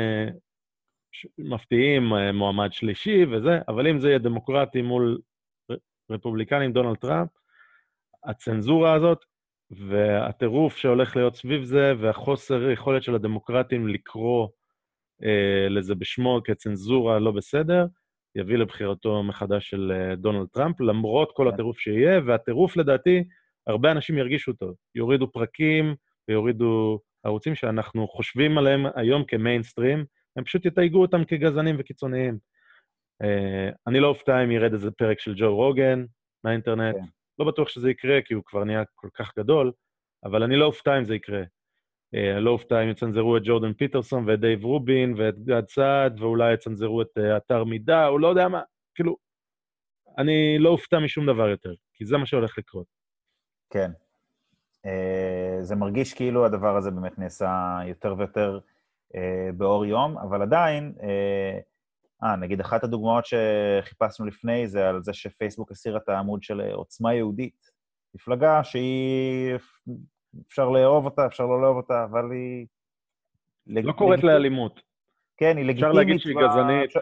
מפתיעים, מועמד שלישי וזה, אבל אם זה יהיה דמוקרטי מול רפובליקנים, דונלד טראמפ, הצנזורה הזאת, והטירוף שהולך להיות סביב זה, והחוסר יכולת של הדמוקרטים לקרוא לזה בשמו כצנזורה לא בסדר, יביא לבחירתו מחדש של דונלד טראמפ, למרות כל הטירוף שיהיה, והטירוף לדעתי, הרבה אנשים ירגישו אותו, יורידו פרקים ויורידו ערוצים שאנחנו חושבים עליהם היום כמיינסטרים, הם פשוט יתייגו אותם כגזענים וקיצוניים. אני לא אופתע אם ירד איזה פרק של ג'ו רוגן מהאינטרנט, לא בטוח שזה יקרה, כי הוא כבר נהיה כל כך גדול, אבל אני לא אופתע אם זה יקרה. לא אופתע אם יצנזרו את ג'ורדן פיטרסון ואת דייב רובין ואת גד סעד, ואולי יצנזרו את אתר מידע, או לא יודע מה. כאילו, אני לא אופתע משום דבר יותר, כי זה מה שהולך לקרות. כן. זה מרגיש כאילו הדבר הזה באמת נעשה יותר ויותר באור יום, אבל עדיין, נגיד אחת הדוגמאות שחיפשנו לפני זה על זה שפייסבוק הסיר את העמוד של עוצמה יהודית, מפלגה שהיא, אפשר לאהוב אותה, אפשר לא לאהוב אותתה, אבל היא... לא קוראת לאלימות. כן, היא לגיטימית. אפשר להגיד שהיא גזענית.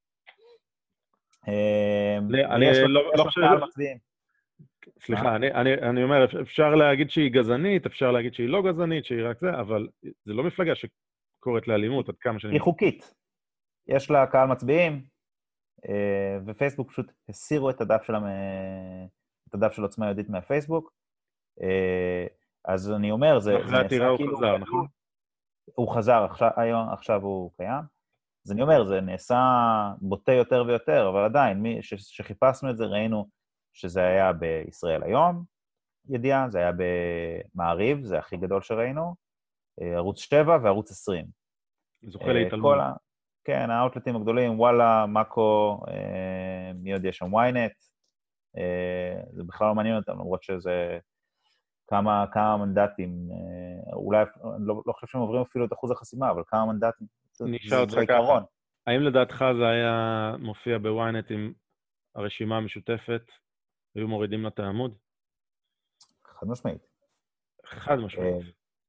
אני לא חושב... סליחה, אני אומר, אפשר להגיד שהיא גזענית, אפשר להגיד שהיא לא גזענית, שהיא רק זה, אבל זה לא מפלגה שקוראת לאלימות עד כמה שאני... היא חוקית. יש לה קהל מצביעים, ופייסבוק פשוט הסירו את הדף של עוצמה יהודית מהפייסבוק. אז אני אומר, זה אחרי העתירה הוא כאילו... חזר, נכון? הוא חזר, עכשיו הוא קיים. אז אני אומר, זה נעשה בוטה יותר ויותר, אבל עדיין, שחיפשנו את זה, ראינו שזה היה בישראל היום, ידיעה, זה היה במעריב, זה הכי גדול שראינו, ערוץ 7 וערוץ 20. זוכה להתעלמות. כן, האוטלטים הגדולים, וואלה, מאקו, מי עוד יש שם, וויינט, זה בכלל לא מעניין אותם, למרות שזה כמה מנדטים, אולי, אני לא חושב שהם עוברים אפילו את אחוז החסימה, אבל כמה מנדטים, נשאר אותך ככה. האם לדעתך זה היה מופיע בוויינט עם הרשימה המשותפת, היו מורידים לה את העמוד? חד משמעית. חד משמעית.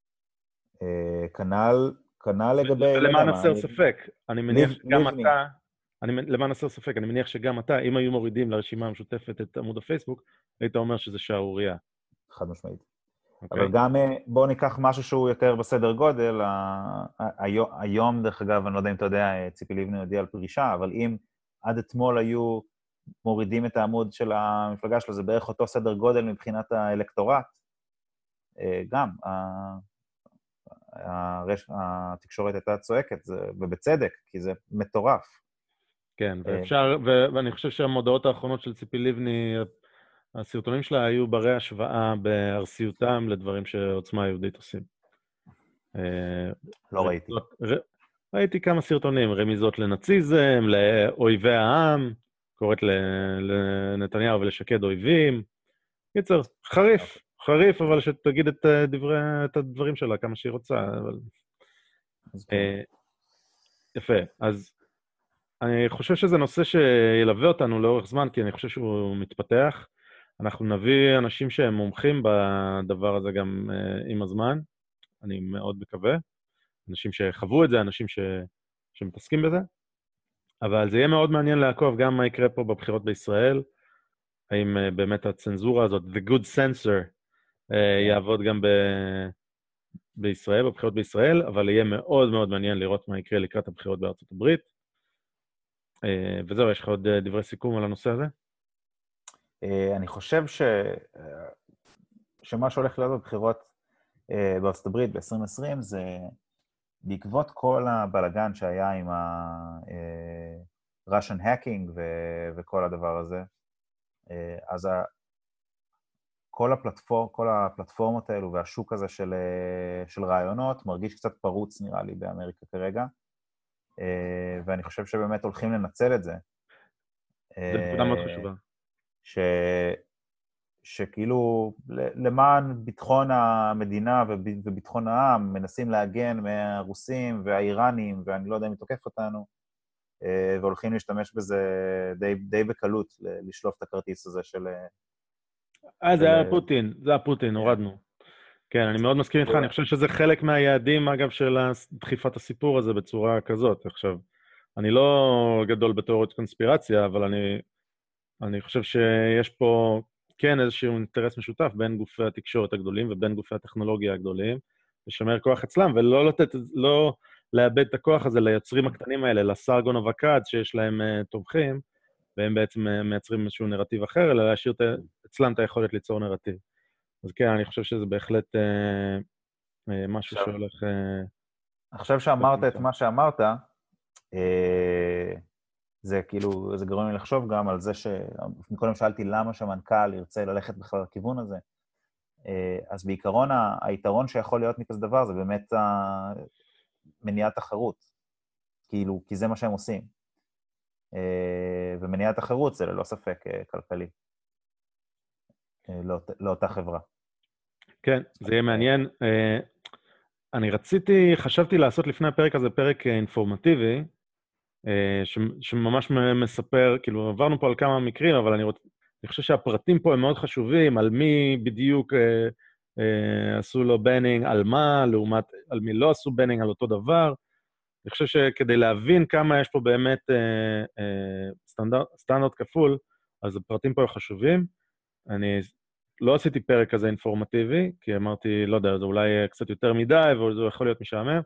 כנ"ל לגבי... למען הסר ספק, אני מניח שגם אתה, למען הסר ספק, אני מניח שגם אתה, אם היו מורידים לרשימה המשותפת את עמוד הפייסבוק, היית אומר שזה שערוריה. חד משמעית. אבל גם בואו ניקח משהו שהוא יותר בסדר גודל, היום דרך אגב, אני לא יודע אם אתה יודע, ציפי לבני הודיע על פרישה, אבל אם עד אתמול היו מורידים את העמוד של המפלגה שלו, זה בערך אותו סדר גודל מבחינת האלקטורט, גם התקשורת הייתה צועקת, ובצדק, כי זה מטורף. כן, ואני חושב שהמודעות האחרונות של ציפי לבני, הסרטונים שלה היו ברי השוואה בארסיותם לדברים שעוצמה היהודית עושים. לא ראיתי. ראיתי כמה סרטונים, רמיזות לנאציזם, לאויבי העם, קוראת לנתניהו ולשקד אויבים. קיצר, חריף, אבל שתגיד את הדברים שלה כמה שהיא רוצה. יפה, אז אני חושב שזה נושא שילווה אותנו לאורך זמן, כי אני חושב שהוא מתפתח. אנחנו נביא אנשים שהם מומחים בדבר הזה גם עם הזמן, אני מאוד מקווה. אנשים שחוו את זה, אנשים שמתעסקים בזה. אבל זה יהיה מאוד מעניין לעקוב גם מה יקרה פה בבחירות בישראל, האם באמת הצנזורה הזאת, the good censor, יעבוד גם בישראל, בבחירות בישראל, אבל יהיה מאוד מאוד מעניין לראות מה יקרה לקראת הבחירות בארצות הברית. וזהו, יש לך עוד דברי סיכום על הנושא הזה? אני חושב שמה שהולך להיות בבחירות בארצות הברית ב-2020 זה בעקבות כל הבלגן שהיה עם ה-Russian hacking וכל הדבר הזה, אז כל הפלטפורמות האלו והשוק הזה של רעיונות מרגיש קצת פרוץ נראה לי באמריקה כרגע, ואני חושב שבאמת הולכים לנצל את זה. זה נקודה מאוד חשובה. שכאילו למען ביטחון המדינה וביטחון העם מנסים להגן מהרוסים והאיראנים, ואני לא יודע אם תוקף אותנו, והולכים להשתמש בזה די בקלות, לשלוף את הכרטיס הזה של... זה היה פוטין, הורדנו. כן, אני מאוד מסכים איתך, אני חושב שזה חלק מהיעדים, אגב, של דחיפת הסיפור הזה בצורה כזאת. עכשיו, אני לא גדול בתיאוריות קונספירציה, אבל אני חושב שיש פה כן איזשהו אינטרס משותף בין גופי התקשורת הגדולים ובין גופי הטכנולוגיה הגדולים, לשמר כוח אצלם, ולא לא לאבד את הכוח הזה ליוצרים הקטנים האלה, לסארגון אבקד שיש להם תומכים, והם בעצם מייצרים איזשהו נרטיב אחר, אלא להשאיר אצלם את היכולת ליצור נרטיב. אז כן, אני חושב שזה בהחלט משהו שהולך... עכשיו שאמרת את מה שאמרת, זה כאילו, זה גורם לי לחשוב גם על זה מקודם שאלתי למה שהמנכ"ל ירצה ללכת בכלל לכיוון הזה. אז בעיקרון, היתרון שיכול להיות מכזה דבר זה באמת מניעת תחרות. כאילו, כי זה מה שהם עושים. ומניעת תחרות זה ללא ספק כלכלי. לאותה חברה. כן, זה יהיה מעניין. אני חשבתי לעשות לפני הפרק הזה פרק אינפורמטיבי, שממש מספר, כאילו עברנו פה על כמה מקרים, אבל אני חושב שהפרטים פה הם מאוד חשובים, על מי בדיוק עשו לו בנינג, על מה, לעומת על מי לא עשו בנינג, על אותו דבר. אני חושב שכדי להבין כמה יש פה באמת סטנדרט כפול, אז הפרטים פה הם חשובים. אני לא עשיתי פרק כזה אינפורמטיבי, כי אמרתי, לא יודע, זה אולי קצת יותר מדי, וזה יכול להיות משעמם.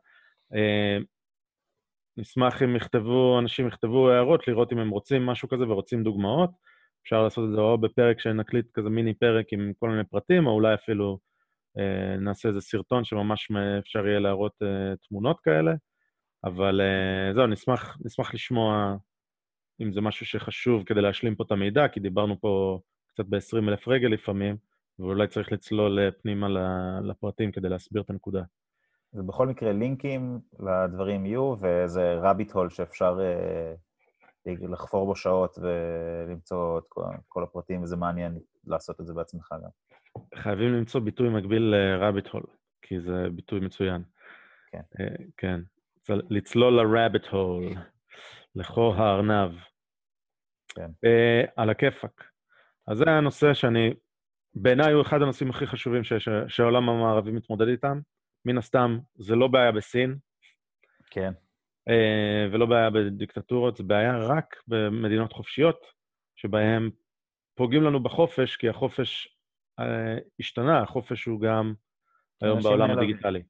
נשמח אם אנשים יכתבו הערות, לראות אם הם רוצים משהו כזה ורוצים דוגמאות. אפשר לעשות את זה או בפרק שנקליט כזה מיני פרק עם כל מיני פרטים, או אולי אפילו נעשה איזה סרטון שממש אפשר יהיה להראות תמונות כאלה, אבל זהו, נשמח לשמוע אם זה משהו שחשוב כדי להשלים פה את המידע, כי דיברנו פה קצת ב-20,000 רגל לפעמים, ואולי צריך לצלול פנימה לפרטים כדי להסביר את הנקודה. ובכל מקרה לינקים לדברים יהיו, וזה רביט הול שאפשר לחפור בו שעות ולמצוא את כל הפרטים, וזה מעניין לעשות את זה בעצמך גם. חייבים למצוא ביטוי מקביל לרביט הול, כי זה ביטוי מצוין. כן. כן. לצלול לרביט הול, לחור הארנב. כן. על הכיפק. אז זה הנושא בעיניי הוא אחד הנושאים הכי חשובים שהעולם המערבי מתמודד איתם. מן הסתם, זה לא בעיה בסין. כן. ולא בעיה בדיקטטורות, זה בעיה רק במדינות חופשיות, שבהם פוגעים לנו בחופש, כי החופש השתנה, החופש הוא גם היום בעולם הדיגיטלי.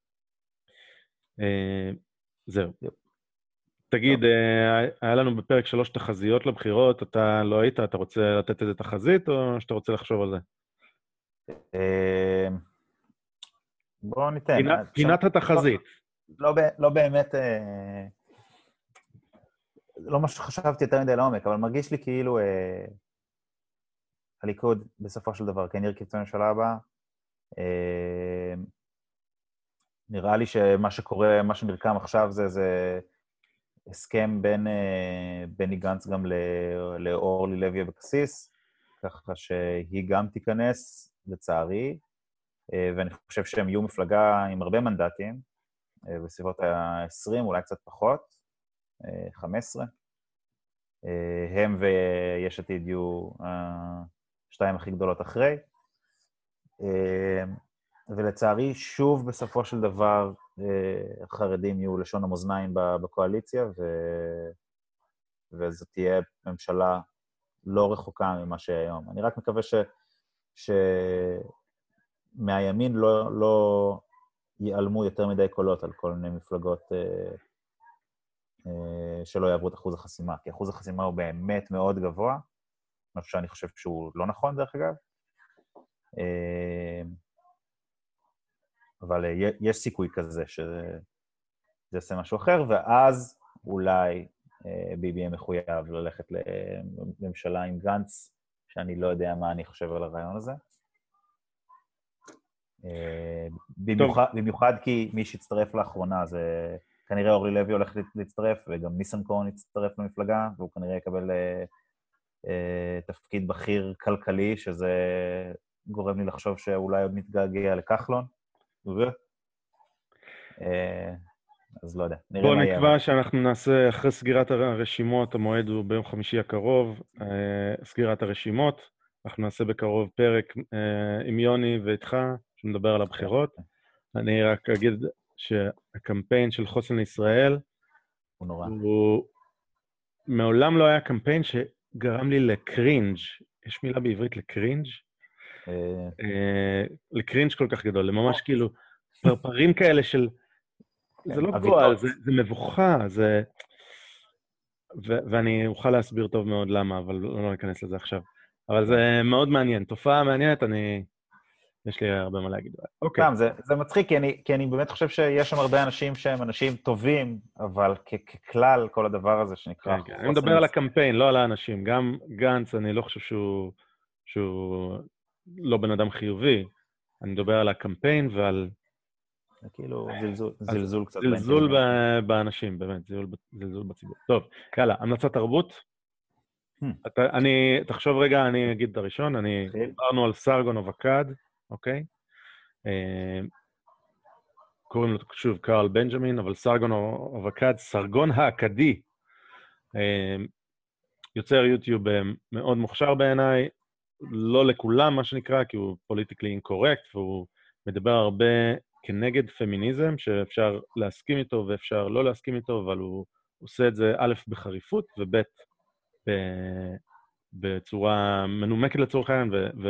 זהו. תגיד, היה לנו בפרק 3 תחזיות לבחירות, אתה לא היית, אתה רוצה לתת איזה תחזית, או שאתה רוצה לחשוב על זה? בואו ניתן. פינת התחזית. לא באמת, לא מה שחשבתי יותר מדי לעומק, אבל מרגיש לי כאילו הליכוד בסופו של דבר, כן ירכיב את הממשלה הבאה, נראה לי שמה שקורה, מה שנרקם עכשיו זה הסכם בין בני גנץ גם לאורלי לוי אבקסיס, ככה שהיא גם תיכנס, לצערי, ואני חושב שהם יהיו מפלגה עם הרבה מנדטים, בסביבות ה-20, אולי קצת פחות, 15. הם ויש עתיד יהיו שתיים הכי גדולות אחרי. ולצערי, שוב בסופו של דבר, החרדים יהיו לשון המאזניים בקואליציה, וזאת תהיה ממשלה לא רחוקה ממה שהיום. אני רק מקווה שמהימין לא ייעלמו יותר מדי קולות על כל מיני מפלגות שלא יעברו את אחוז החסימה, כי אחוז החסימה הוא באמת מאוד גבוה, משהו שאני חושב שהוא לא נכון דרך אגב, אבל יש סיכוי כזה שזה יעשה משהו אחר, ואז אולי ביבי יהיה מחויב ללכת לממשלה עם גנץ, שאני לא יודע מה אני חושב על הרעיון הזה. במיוחד כי מי שהצטרף לאחרונה זה כנראה אורלי לוי הולך להצטרף, וגם ניסנקורן יצטרף למפלגה, והוא כנראה יקבל תפקיד בכיר כלכלי, שזה גורם לי לחשוב שאולי עוד נתגעגע לכחלון. אז לא יודע, נראה בוא מה יהיה. נקבע שאנחנו נעשה אחרי סגירת הרשימות, המועד הוא ביום חמישי הקרוב, סגירת הרשימות, אנחנו נעשה בקרוב פרק עם יוני ואיתך, שמדבר על הבחירות. אני רק אגיד שהקמפיין של חוסן לישראל, הוא נורא. הוא מעולם לא היה קמפיין שגרם לי לקרינג'. יש מילה בעברית לקרינג'? לקרינג' כל כך גדול, לממש כאילו פרפרים כאלה של... זה לא גועל, זה מבוכה, זה... ואני אוכל להסביר טוב מאוד למה, אבל לא ניכנס לזה עכשיו. אבל זה מאוד מעניין, תופעה מעניינת, יש לי הרבה מה להגיד. אוקיי. זה מצחיק, כי אני באמת חושב שיש שם הרבה אנשים שהם אנשים טובים, אבל ככלל כל הדבר הזה שנקרא... אני מדבר על הקמפיין, לא על האנשים. גם גנץ, אני לא חושב שהוא לא בן אדם חיובי. אני מדבר על הקמפיין ועל... זה כאילו זלזול קצת. זלזול באנשים, באמת, זלזול בציבור. טוב, יאללה, המלצת תרבות. תחשוב רגע, אני אגיד את הראשון, דיברנו על סרגון אבקד, אוקיי? קוראים לו שוב קרל בנג'מין, אבל סרגון אבקד, סרגון האכדי, יוצר יוטיוב מאוד מוכשר בעיניי, לא לכולם מה שנקרא, כי הוא פוליטיקלי אינקורקט, והוא מדבר הרבה כנגד פמיניזם, שאפשר להסכים איתו ואפשר לא להסכים איתו, אבל הוא עושה את זה א' בחריפות וב' בצורה מנומקת לצורך העניין,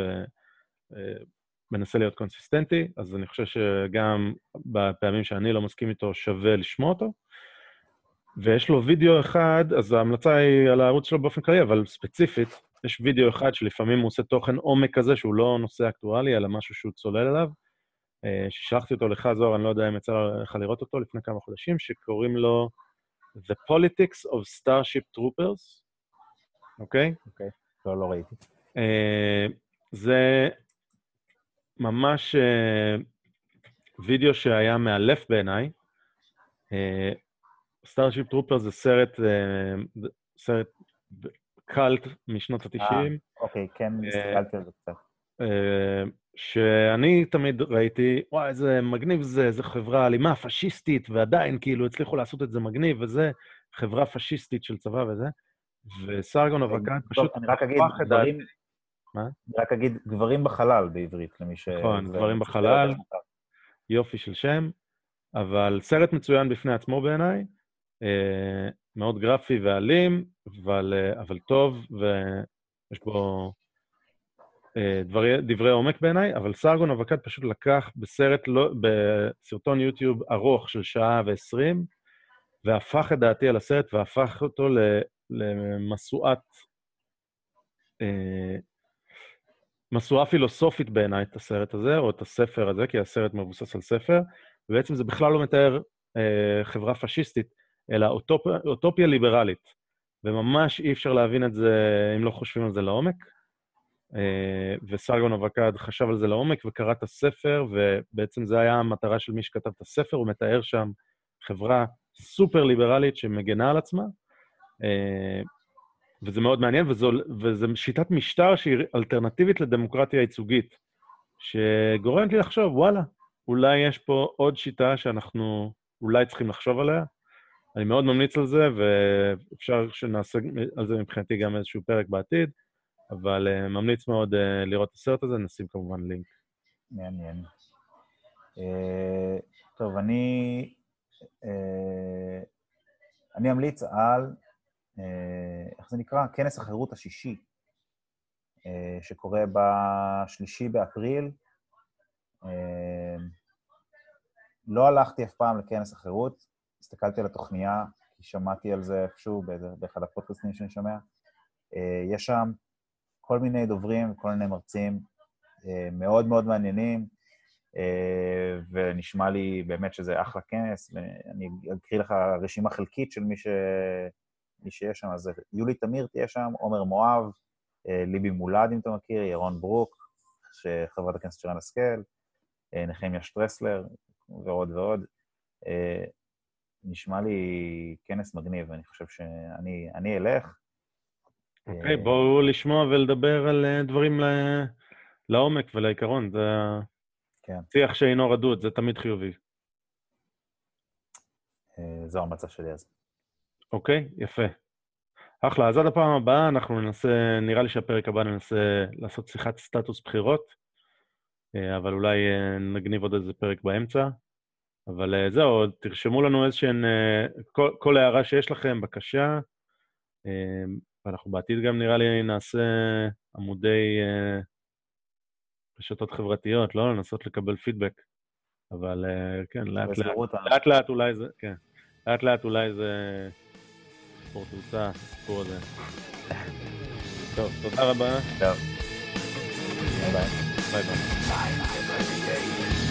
ומנסה להיות קונסיסטנטי, אז אני חושב שגם בפעמים שאני לא מסכים איתו שווה לשמוע אותו. ויש לו וידאו אחד, אז ההמלצה היא על הערוץ שלו באופן כללי, אבל ספציפית, יש וידאו אחד שלפעמים הוא עושה תוכן עומק כזה, שהוא לא נושא אקטואלי, אלא משהו שהוא צולל עליו, ששלחתי אותו לך, זוהר, אני לא יודע אם יצא לך לראות אותו לפני כמה חודשים, שקוראים לו The Politics of Starship Troopers, אוקיי? אוקיי, לא ראיתי. זה ממש וידאו שהיה מאלף בעיניי. Starship Troopers זה סרט קלט משנות ה-90. אוקיי, כן, הסתכלתי על זה קצת. שאני תמיד ראיתי, וואי, איזה מגניב זה, איזה חברה אלימה, פשיסטית, ועדיין כאילו הצליחו לעשות את זה מגניב, וזה חברה פשיסטית של צבא וזה, וסרגון אבקד פשוט... אני רק אגיד גברים בחלל בעברית, למי ש... נכון, גברים בחלל, יופי של שם, אבל סרט מצוין בפני עצמו בעיניי, מאוד גרפי ואלים, אבל טוב, ויש בו דברי עומק בעיניי, אבל סרגון אבקד פשוט לקח בסרטון יוטיוב ארוך של שעה ו20, והפך את דעתי על הסרט, והפך אותו מסועה פילוסופית בעיניי את הסרט הזה, או את הספר הזה, כי הסרט מבוסס על ספר, ובעצם זה בכלל לא מתאר חברה פשיסטית, אלא אוטופיה ליברלית, וממש אי אפשר להבין את זה אם לא חושבים על זה לעומק, וסרגון אבקד חשב על זה לעומק וקרא את הספר, ובעצם זה היה המטרה של מי שכתב את הספר, הוא מתאר שם חברה סופר ליברלית שמגנה על עצמה, וזה מאוד מעניין, וזו שיטת משטר שהיא אלטרנטיבית לדמוקרטיה ייצוגית, שגורמת לי לחשוב, וואלה, אולי יש פה עוד שיטה שאנחנו אולי צריכים לחשוב עליה. אני מאוד ממליץ על זה, ואפשר שנעשה על זה מבחינתי גם איזשהו פרק בעתיד, אבל ממליץ מאוד לראות את הסרט הזה, נשים כמובן לינק. מעניין. טוב, אני אמליץ על, איך זה נקרא? כנס החירות השישי, שקורה ב3 באפריל. לא הלכתי אף פעם לכנס החירות, הסתכלתי על התוכניה, כי שמעתי על זה איפשהו באחד הפודקאסטים שאני שומע. יש שם כל מיני דוברים, כל מיני מרצים מאוד מאוד מעניינים, ונשמע לי באמת שזה אחלה כנס, ואני אקריא לך רשימה חלקית של מי שיש שם, אז יולי תמיר תהיה שם, עומר מואב, ליבי מולד, אם אתה מכיר, ירון ברוק, חברת הכנסת שרן השכל, נחמיה שטרסלר, ועוד ועוד. נשמע לי כנס מגניב, ואני חושב שאני אלך. אוקיי, בואו לשמוע ולדבר על דברים לעומק ולעיקרון, זה שיח שאינו רדוד, זה תמיד חיובי. זו המצע שלי אז. אוקיי, יפה. אחלה, אז עד הפעם הבאה אנחנו ננסה, נראה לי שהפרק הבא ננסה לעשות שיחת סטטוס בחירות, אבל אולי נגניב עוד איזה פרק באמצע. אבל זהו, תרשמו לנו איזשהן, כל הערה שיש לכם, בקשה, ואנחנו בעתיד גם נראה לי נעשה עמודי רשתות חברתיות, לא לנסות לקבל פידבק, אבל כן, לאט לאט אולי זה, כן, לאט לאט אולי זה ספורט תאוצה, הסיפור הזה. טוב, תודה רבה. טוב. ביי ביי. ביי ביי.